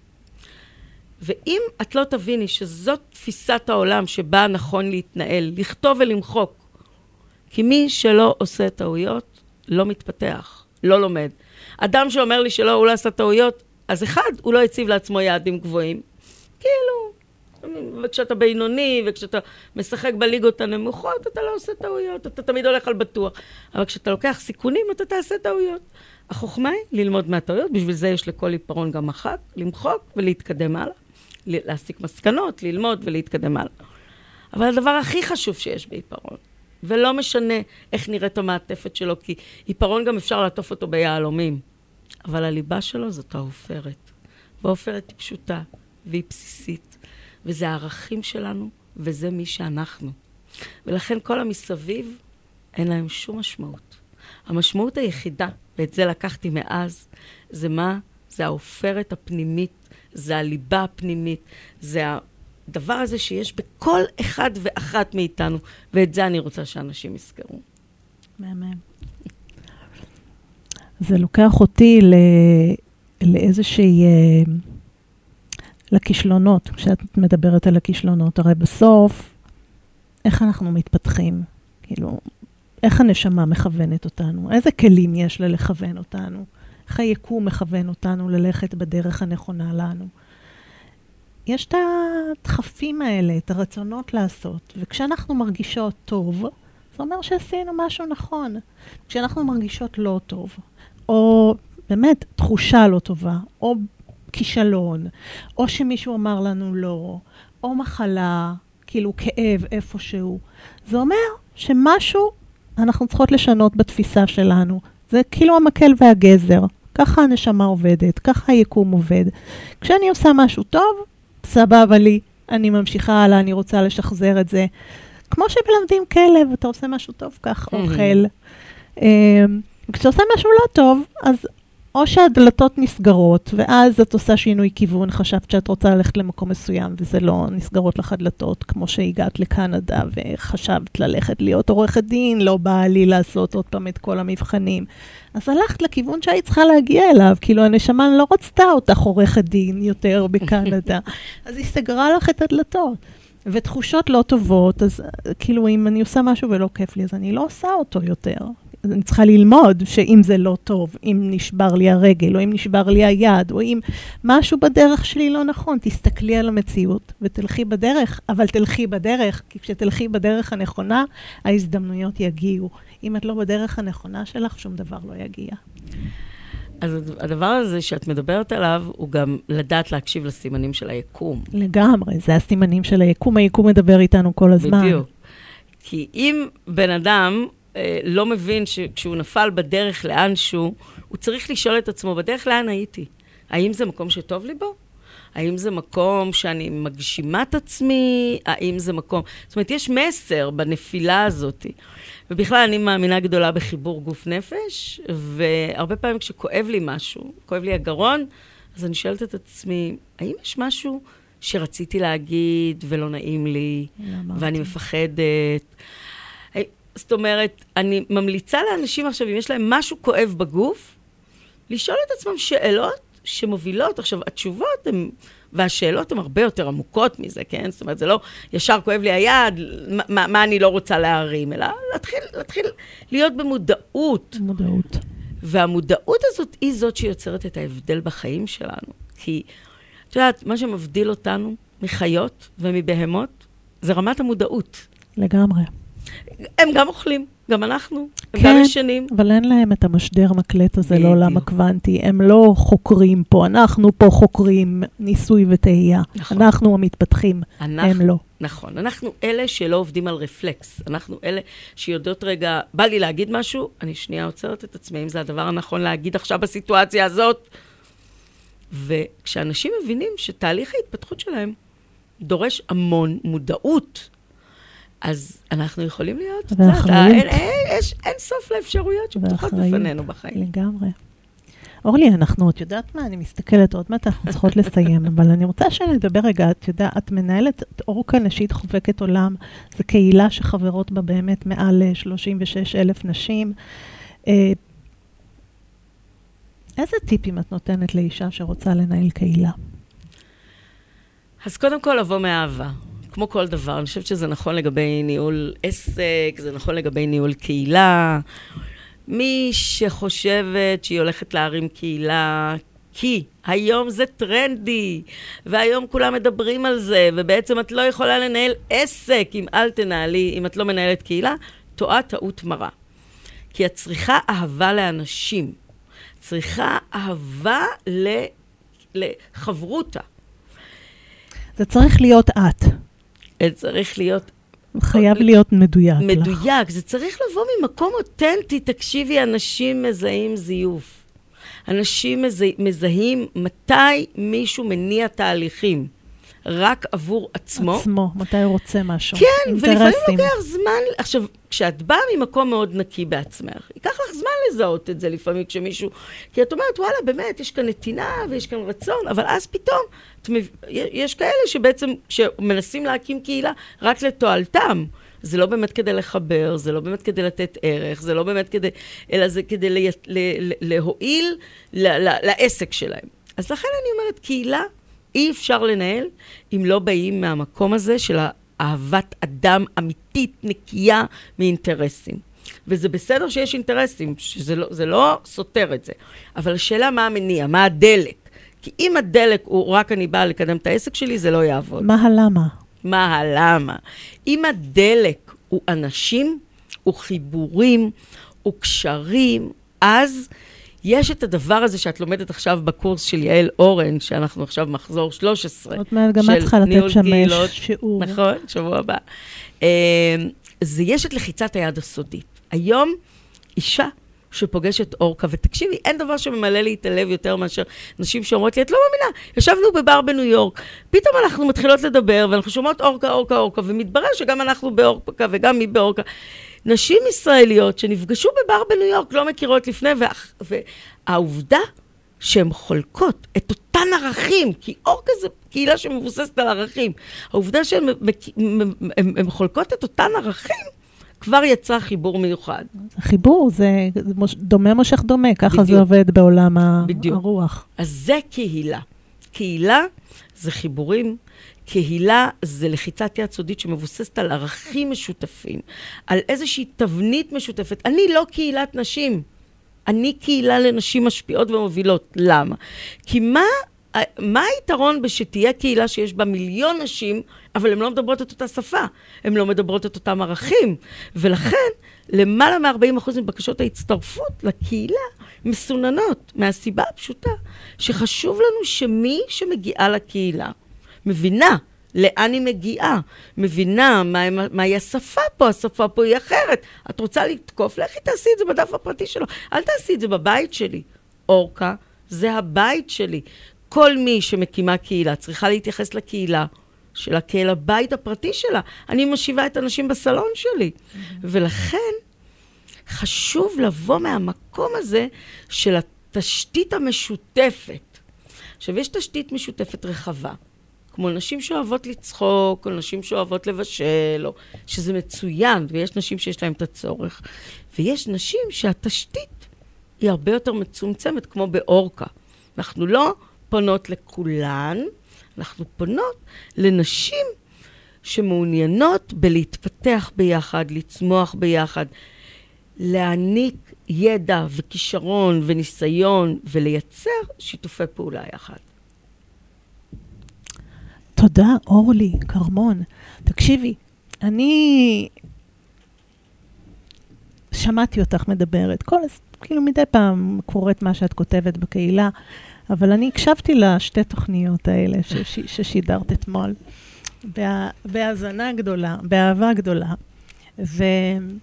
ואם את לא תביני שזאת תפיסת העולם שבה נכון להתנהל, לכתוב ולמחוק, כי מי שלא עושה טעויות, לא מתפתח, לא לומד. אדם שאומר לי שלא, הוא לא עשה טעויות, אז אחד, הוא לא הציב לעצמו יעדים גבוהים. כאילו, וכשאתה בינוני, וכשאתה משחק בליגות הנמוכות, אתה לא עושה טעויות, אתה תמיד הולך על בטוח. אבל כשאתה לוקח סיכונים, אתה תעשה טעויות. החוכמה היא ללמוד מהטעויות, בשביל זה יש לכל עיפרון גם מחק, למחוק ולהתקדם הלאה. להסיק מסקנות, ללמוד ולהתקדם הלאה. אבל הדבר הכי חשוב שיש בעיפרון, ולא משנה איך נראית המעטפת שלו, כי עיפרון גם אפשר לעטוף אותו ביהלומים, אבל הליבה שלו זאת העופרת. והעופרת היא פשוטה, והיא בסיסית, וזה הערכים שלנו, וזה מי שאנחנו. ולכן כל המסביב, אין להם שום משמעות. המשמעות היחידה, ואת זה לקחתי מאז, זה מה? זה העופרת הפנימית, זה הליבה הפנימית, זה הדבר הזה שיש בכל אחד ואחת מאיתנו, ואת זה אני רוצה שאנשים יזכרו. מהמם. זה לוקח אותי לא... לאיזושהי... לכישלונות, כשאת מדברת על הכישלונות, הרי בסוף, איך אנחנו מתפתחים? כאילו, איך הנשמה מכוונת אותנו? איזה כלים יש לה לכוון אותנו? איך היקום מכוון אותנו ללכת בדרך הנכונה לנו? יש את הדחפים האלה, את הרצונות לעשות, וכשאנחנו מרגישות טוב, זה אומר שעשינו משהו נכון. כשאנחנו מרגישות לא טוב, או באמת תחושה לא טובה, או כישלון, או שמישהו אמר לנו לא, או מחלה, כאילו כאב איפשהו, זה אומר שמשהו אנחנו צריכות לשנות בתפיסה שלנו. זה כאילו המקל והגזר. ככה הנשמה עובדת, ככה היקום עובד. כשאני עושה משהו טוב, סבבה לי, אני ממשיכה הלאה, אני רוצה לשחזר את זה. כמו שמלמדים כלב, אתה עושה משהו טוב, כך אוכל. כשאתה עושה משהו לא טוב, אז או שהדלתות נסגרות, ואז את עושה שינוי כיוון, חשבת שאת רוצה ללכת למקום מסוים, וזה לא נסגרות לך דלתות, כמו שהגעת לקנדה, וחשבת ללכת להיות עורכת דין, לא באה לי לעשות עוד פעם את כל המבחנים. אז הלכת לכיוון שהיית צריכה להגיע אליו, כאילו הנשמה לא רצתה אותך עורכת דין יותר בקנדה, אז היא סגרה לך את הדלתות. ותחושות לא טובות, אז כאילו אם אני עושה משהו ולא כיף לי, אז אני לא עושה אותו יותר. אני צריכה ללמוד שאם זה לא טוב, אם נשבר לי הרגל, או אם נשבר לי היד, או אם משהו בדרך שלי לא נכון, תסתכלי על המציאות ותלכי בדרך, אבל תלכי בדרך, כי כשתלכי בדרך הנכונה, ההזדמנויות יגיעו. אם את לא בדרך הנכונה שלך, שום דבר לא יגיע. אז הדבר הזה שאת מדברת עליו, הוא גם לדעת להקשיב לסימנים של היקום. לגמרי, זה הסימנים של היקום, היקום מדבר איתנו כל הזמן. בדיוק. כי אם בן אדם אה, לא מבין שכשהוא נפל בדרך לאנשהו, הוא צריך לשאול את עצמו, בדרך לאן הייתי? האם זה מקום שטוב לי בו? האם זה מקום שאני מגשימה את עצמי? האם זה מקום... זאת אומרת, יש מסר בנפילה הזאת. ובכלל, אני מאמינה גדולה בחיבור גוף נפש, והרבה פעמים כשכואב לי משהו, כואב לי הגרון, אז אני שואלת את עצמי, האם יש משהו שרציתי להגיד ולא נעים לי, ואני מפחדת? זאת אומרת, אני ממליצה לאנשים עכשיו, אם יש להם משהו כואב בגוף, לשאול את עצמם שאלות שמובילות. עכשיו, התשובות הן, והשאלות הן הרבה יותר עמוקות מזה, כן? זאת אומרת, זה לא ישר כואב לי היד, מה, מה אני לא רוצה להרים, אלא להתחיל, להתחיל להיות במודעות. מודעות. והמודעות הזאת היא זאת שיוצרת את ההבדל בחיים שלנו. כי, את יודעת, מה שמבדיל אותנו מחיות ומבהמות, זה רמת המודעות. לגמרי. הם גם אוכלים, גם אנחנו, הם כן, גם ישנים. אבל אין להם את המשדר מקלט הזה לעולם הקוונטי. הם לא חוקרים פה, אנחנו פה חוקרים ניסוי וטעייה. נכון. אנחנו המתפתחים, אנחנו, הם לא. נכון, אנחנו אלה שלא עובדים על רפלקס. אנחנו אלה שיודעות רגע, בא לי להגיד משהו, אני שנייה עוצרת את עצמי, אם זה הדבר הנכון להגיד עכשיו בסיטואציה הזאת. וכשאנשים מבינים שתהליך ההתפתחות שלהם דורש המון מודעות, אז אנחנו יכולים להיות, אין, אין, יש, אין סוף לאפשרויות שפתוחות בפנינו בחיים. לגמרי. אורלי, אנחנו, את יודעת מה, אני מסתכלת, עוד מעט אנחנו צריכות לסיים, אבל אני רוצה שנדבר רגע, את יודעת, את מנהלת את אורקה נשית חובקת עולם, זו קהילה שחברות בה באמת מעל שלושים ושש אלף נשים. איזה טיפים את נותנת לאישה שרוצה לנהל קהילה? אז קודם כל לבוא מאהבה. כמו כל דבר, אני חושבת שזה נכון לגבי ניהול עסק, זה נכון לגבי ניהול קהילה. מי שחושבת שהיא הולכת להרים קהילה, כי היום זה טרנדי, והיום כולם מדברים על זה, ובעצם את לא יכולה לנהל עסק אם אל תנהלי, אם את לא מנהלת קהילה, טועה טעות מרה. כי את צריכה אהבה לאנשים, צריכה אהבה לחברותה. זה צריך להיות את. זה צריך להיות... חייב להיות מדויק. מדויק, זה צריך לבוא ממקום אותנטי. תקשיבי, אנשים מזהים זיוף. אנשים מזהים מתי מישהו מניע תהליכים. רק עבור עצמו. עצמו, מתי הוא רוצה משהו. כן, ולפעמים לוקח זמן. עכשיו, כשאת באה ממקום מאוד נקי בעצמך, ייקח לך זמן לזהות את זה לפעמים כשמישהו, כי את אומרת, וואלה, באמת, יש כאן נתינה ויש כאן רצון, אבל אז פתאום, יש כאלה שבעצם, שמנסים להקים קהילה רק לתועלתם. זה לא באמת כדי לחבר, זה לא באמת כדי לתת ערך, זה לא באמת כדי, אלא זה כדי לה, לה, להועיל לה, לה, לעסק שלהם. אז לכן אני אומרת, קהילה, אי אפשר לנהל אם לא באים מהמקום הזה של אהבת אדם אמיתית, נקייה מאינטרסים. וזה בסדר שיש אינטרסים, שזה לא, זה לא סותר את זה. אבל השאלה מה המניע, מה הדלק. כי אם הדלק הוא רק אני באה לקדם את העסק שלי, זה לא יעבוד. מה הלמה? מה הלמה? אם הדלק הוא אנשים, הוא חיבורים, הוא קשרים, אז יש את הדבר הזה שאת לומדת עכשיו בקורס של יעל אורן, שאנחנו עכשיו מחזור שלוש עשרה. עוד מעט גם את צריכה לתת שם שיעור. נכון, שבוע הבא. זה יש את לחיצת היד הסודית. היום אישה שפוגש את אורקה, ותקשיבי, אין דבר שממלא לי את הלב יותר מאשר נשים שאומרות לי, את לא מאמינה, ישבנו בבר בניו יורק, פתאום אנחנו מתחילות לדבר, ואנחנו שומעות אורקה, אורקה, אורקה, ומתברר שגם אנחנו באורקה וגם היא באורקה. נשים ישראליות שנפגשו בבר בניו יורק לא מכירות לפני, והעובדה שהן חולקות את אותן ערכים, כי אורקה זה קהילה שמבוססת על ערכים, העובדה שהן חולקות את אותן ערכים, כבר יצא חיבור מיוחד. חיבור זה דומה מושך דומה, ככה זה עובד בעולם הרוח. אז זה קהילה. קהילה זה חיבורים, קהילה זה לחיצת יד סודית שמבוססת על ערכים משותפים, על איזושהי תבנית משותפת. אני לא קהילת נשים, אני קהילה לנשים משפיעות ומובילות. למה? כי מה, מה היתרון בשתהיה קהילה שיש בה מיליון נשים, אבל הן לא מדברות את אותה שפה, הן לא מדברות את אותם ערכים, ולכן למעלה מ-ארבעים אחוז מבקשות ההצטרפות לקהילה מסוננות, מהסיבה הפשוטה, שחשוב לנו שמי שמגיעה לקהילה, מבינה לאן היא מגיעה, מבינה מה, מהי השפה פה, השפה פה היא אחרת. את רוצה לתקוף, לכי תעשי את זה בדף הפרטי שלו, אל תעשי את זה בבית שלי. אורקה, זה הבית שלי. כל מי שמקימה קהילה צריכה להתייחס לקהילה שלה כאל הבית הפרטי שלה. אני משיבה את אנשים בסלון שלי. Mm-hmm. ולכן חשוב לבוא מהמקום הזה של התשתית המשותפת. עכשיו, יש תשתית משותפת רחבה. כמו נשים שאוהבות לצחוק, או נשים שאוהבות לבשל, או שזה מצוין, ויש נשים שיש להם את הצורך. ויש נשים שהתשתית היא הרבה יותר מצומצמת, כמו באורקה. אנחנו לא פונות לכולן, אנחנו פונות לנשים שמעוניינות בלהתפתח ביחד, לצמוח ביחד, להעניק ידע וכישרון וניסיון, ולייצר שיתופי פעולה יחד. תודה, אורלי, קרמון. תקשיבי, אני שמעתי אותך מדברת, כל, כאילו מדי פעם קוראת מה שאת כותבת בקהילה, אבל אני הקשבתי לשתי תוכניות האלה ש- ששידרת אתמול, בה, בהאזנה גדולה, באהבה גדולה, ואם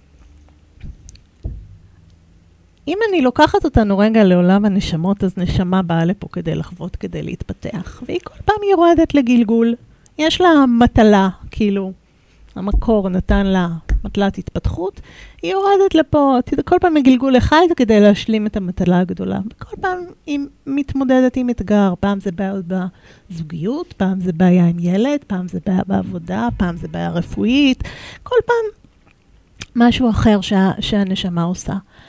אני לוקחת אותנו רגע לעולם הנשמות, אז נשמה באה לפה כדי לחוות, כדי להתפתח, והיא כל פעם יורדת לגלגול, יש לה מטלה, כאילו, המקור נתן לה מטלת התפתחות, היא יורדת לפה, כל פעם מגלגול אחד כדי להשלים את המטלה הגדולה. כל פעם היא מתמודדת עם אתגר, פעם זה בעיה בזוגיות, פעם זה בעיה עם ילד, פעם זה בעיה בעבודה, פעם זה בעיה רפואית, כל פעם משהו אחר שה, שהנשמה עושה.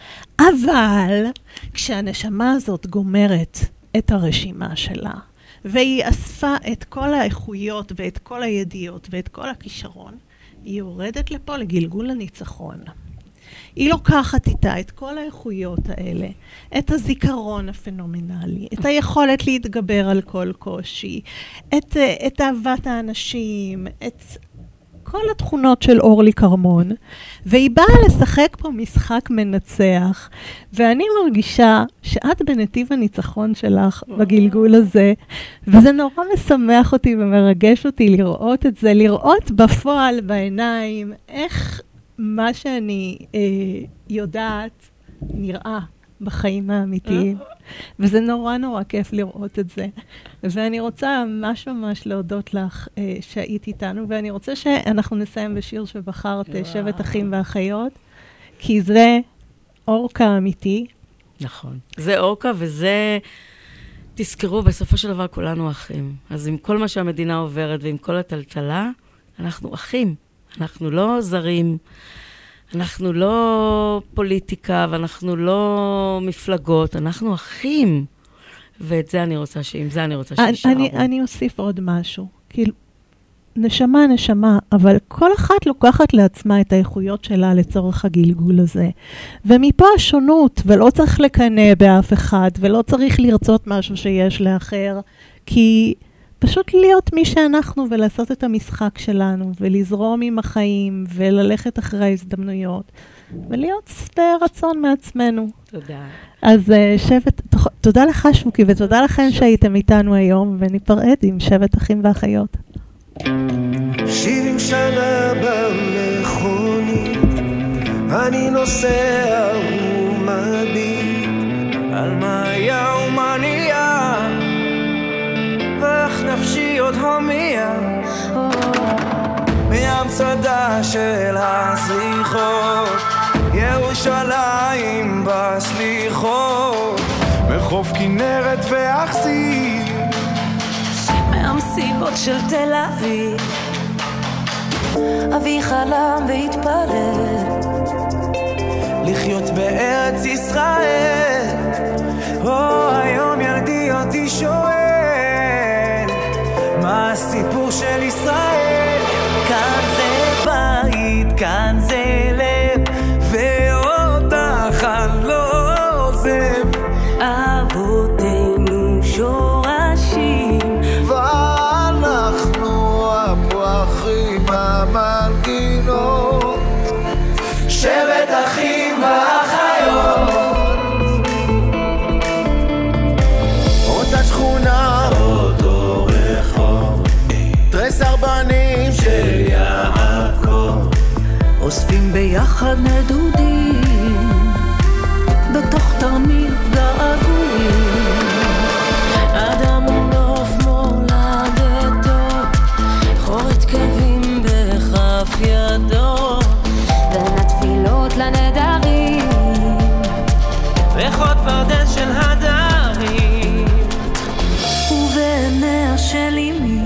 אבל כשהנשמה הזאת גומרת את הרשימה שלה, והיא אספה את כל האיכויות ואת כל הידיעות ואת כל הכישרון, היא יורדת לפה לגלגול הניצחון. היא לוקחת איתה את כל האיכויות האלה, את הזיכרון הפנומנלי, את היכולת להתגבר על כל קושי, את, את אהבת האנשים, את כל התכונות של אורלי קרמון, והיא באה לשחק פה משחק מנצח, ואני מרגישה שאת בנתיב הניצחון שלך בגלגול הזה, וזה נורא משמח אותי ומרגש אותי לראות את זה, לראות בפועל בעיניים איך מה שאני אה, יודעת נראה בחיים האמיתיים. וזה נורא נורא כיף לראות את זה. ואני רוצה ממש ממש להודות לך אה, שהיית איתנו, ואני רוצה שאנחנו נסיים בשיר שבחרת, שבט אחים ואחיות, כי זה אורקה אמיתי. נכון. זה אורקה, וזה, תזכרו, בסופו של דבר כולנו אחים. אז עם כל מה שהמדינה עוברת ועם כל הטלטלה, אנחנו אחים. אנחנו לא זרים. אנחנו לא פוליטיקה, ואנחנו לא מפלגות, אנחנו אחים. ואת זה אני רוצה, שעם זה אני רוצה שישארו. אני, אני אוסיף עוד משהו. כאילו, נשמה, נשמה, אבל כל אחת לוקחת לעצמה את האיכויות שלה לצורך הגלגול הזה. ומפה השונות, ולא צריך לקנא באף אחד, ולא צריך לרצות משהו שיש לאחר, כי פשוט להיות מי שאנחנו ולעשות את המשחק שלנו, ולזרום עם החיים, וללכת אחרי ההזדמנויות, ולהיות שבעי רצון מעצמנו. תודה. אז שבט, תודה לך שוקי, ותודה לכם שהייתם איתנו היום, וניפרד עם שבט אחים ואחיות. שבעים שנה במכונית, אני נוסע ומדבר, להיות הומיה מהמצדה של הסליחות, ירושלים בסליחות, מחוף כנרת ואכסי, מהמסיבות של תל אביב, אבי חלם והתפלל לחיות בארץ ישראל. או היום ילדי אותי שואל מה הסיפור של ישראל. כאן זה בית, כאן זה לב, ואותך אני לא עוזב. אבותינו שורשים, ואנחנו הפרחים המנגינות, שבט אחים ואחיות. אותה שכונה, אותו רחוב, תרס ארבנים של יעקב, אוספים ביחד נדודים בתוך תרמיל געגועים. אדם נוף מולדתו, חורת קווים בכף ידו, בין התפילות לנדרים, ריחות פרדס של הדרים, ובעיניה של אמי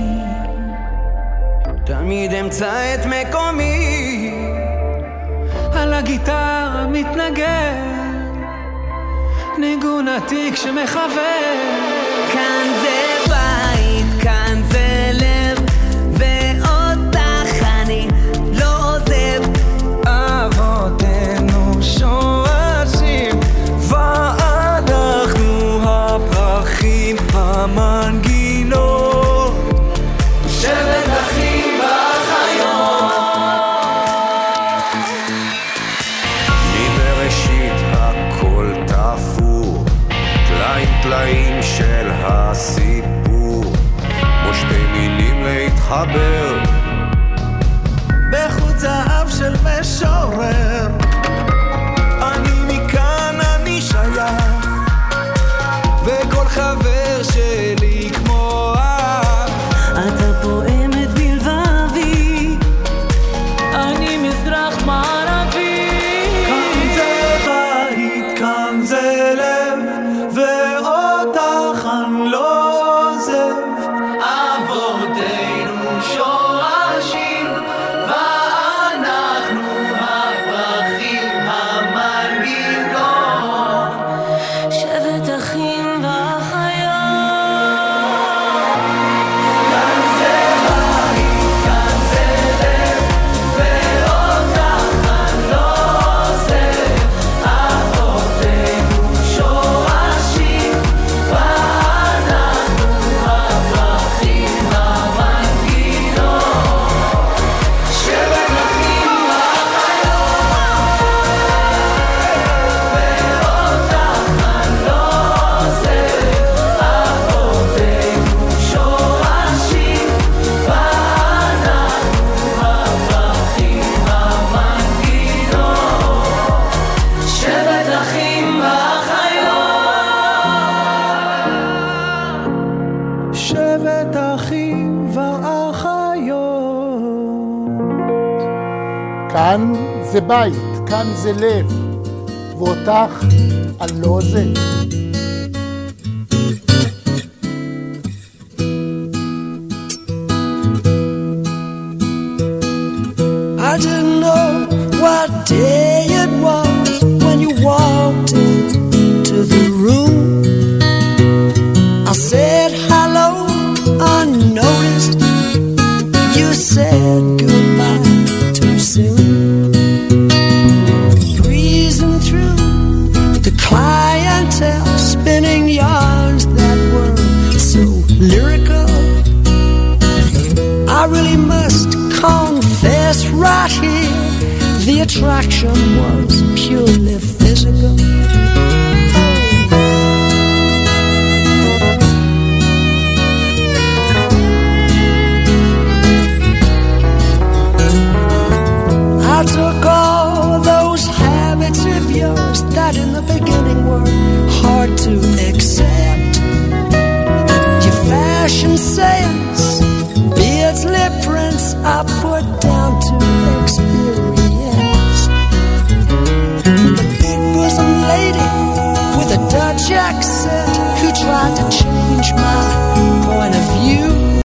תמיד אמצא את מקומי. על הגיטרה מתנגן ניגון עתיק שמחבר. כאן זה בית, כאן זה לב, ואותך אני לא עוזב. אבותינו שורשים, ואנחנו הפרחים המנגינות, שבט אחים ואחיות. מבראשית הכל תפור, טלאים טלאים של הסיפור, כמו שתי מילים להתחבר בחוט זהב של משורר. אני מכאן אני שייך, וכל חבר שלי כמו אח. אתה פועמת בלבבי, אני מזרח מערבי. כאן זה בית, כאן זה לב, ואותך אני לא עוזב. אבותינו שורשים, ואנחנו הפרחים המנגינות, שבט אחים ואחיות. כאן זה בית, כאן זה לב, ואותך אני לא עוזב. אבותינו שורשים, ואנחנו הפרחים המנגינות, שבט אחים ואחיות. שבט אחים ואחיות. כאן זה בית, כאן זה לב, ואותך אני לא עוזב. I didn't know what day it was when you walked into the room. I said hello unnoticed, you said goodbye too soon. Breezing through the clientele, spinning yarns that were so lyrical, I really must confess right here, the attraction was purely physical. I took all those habits of yours that in the beginning were hard to accept. Your fashion sense, down to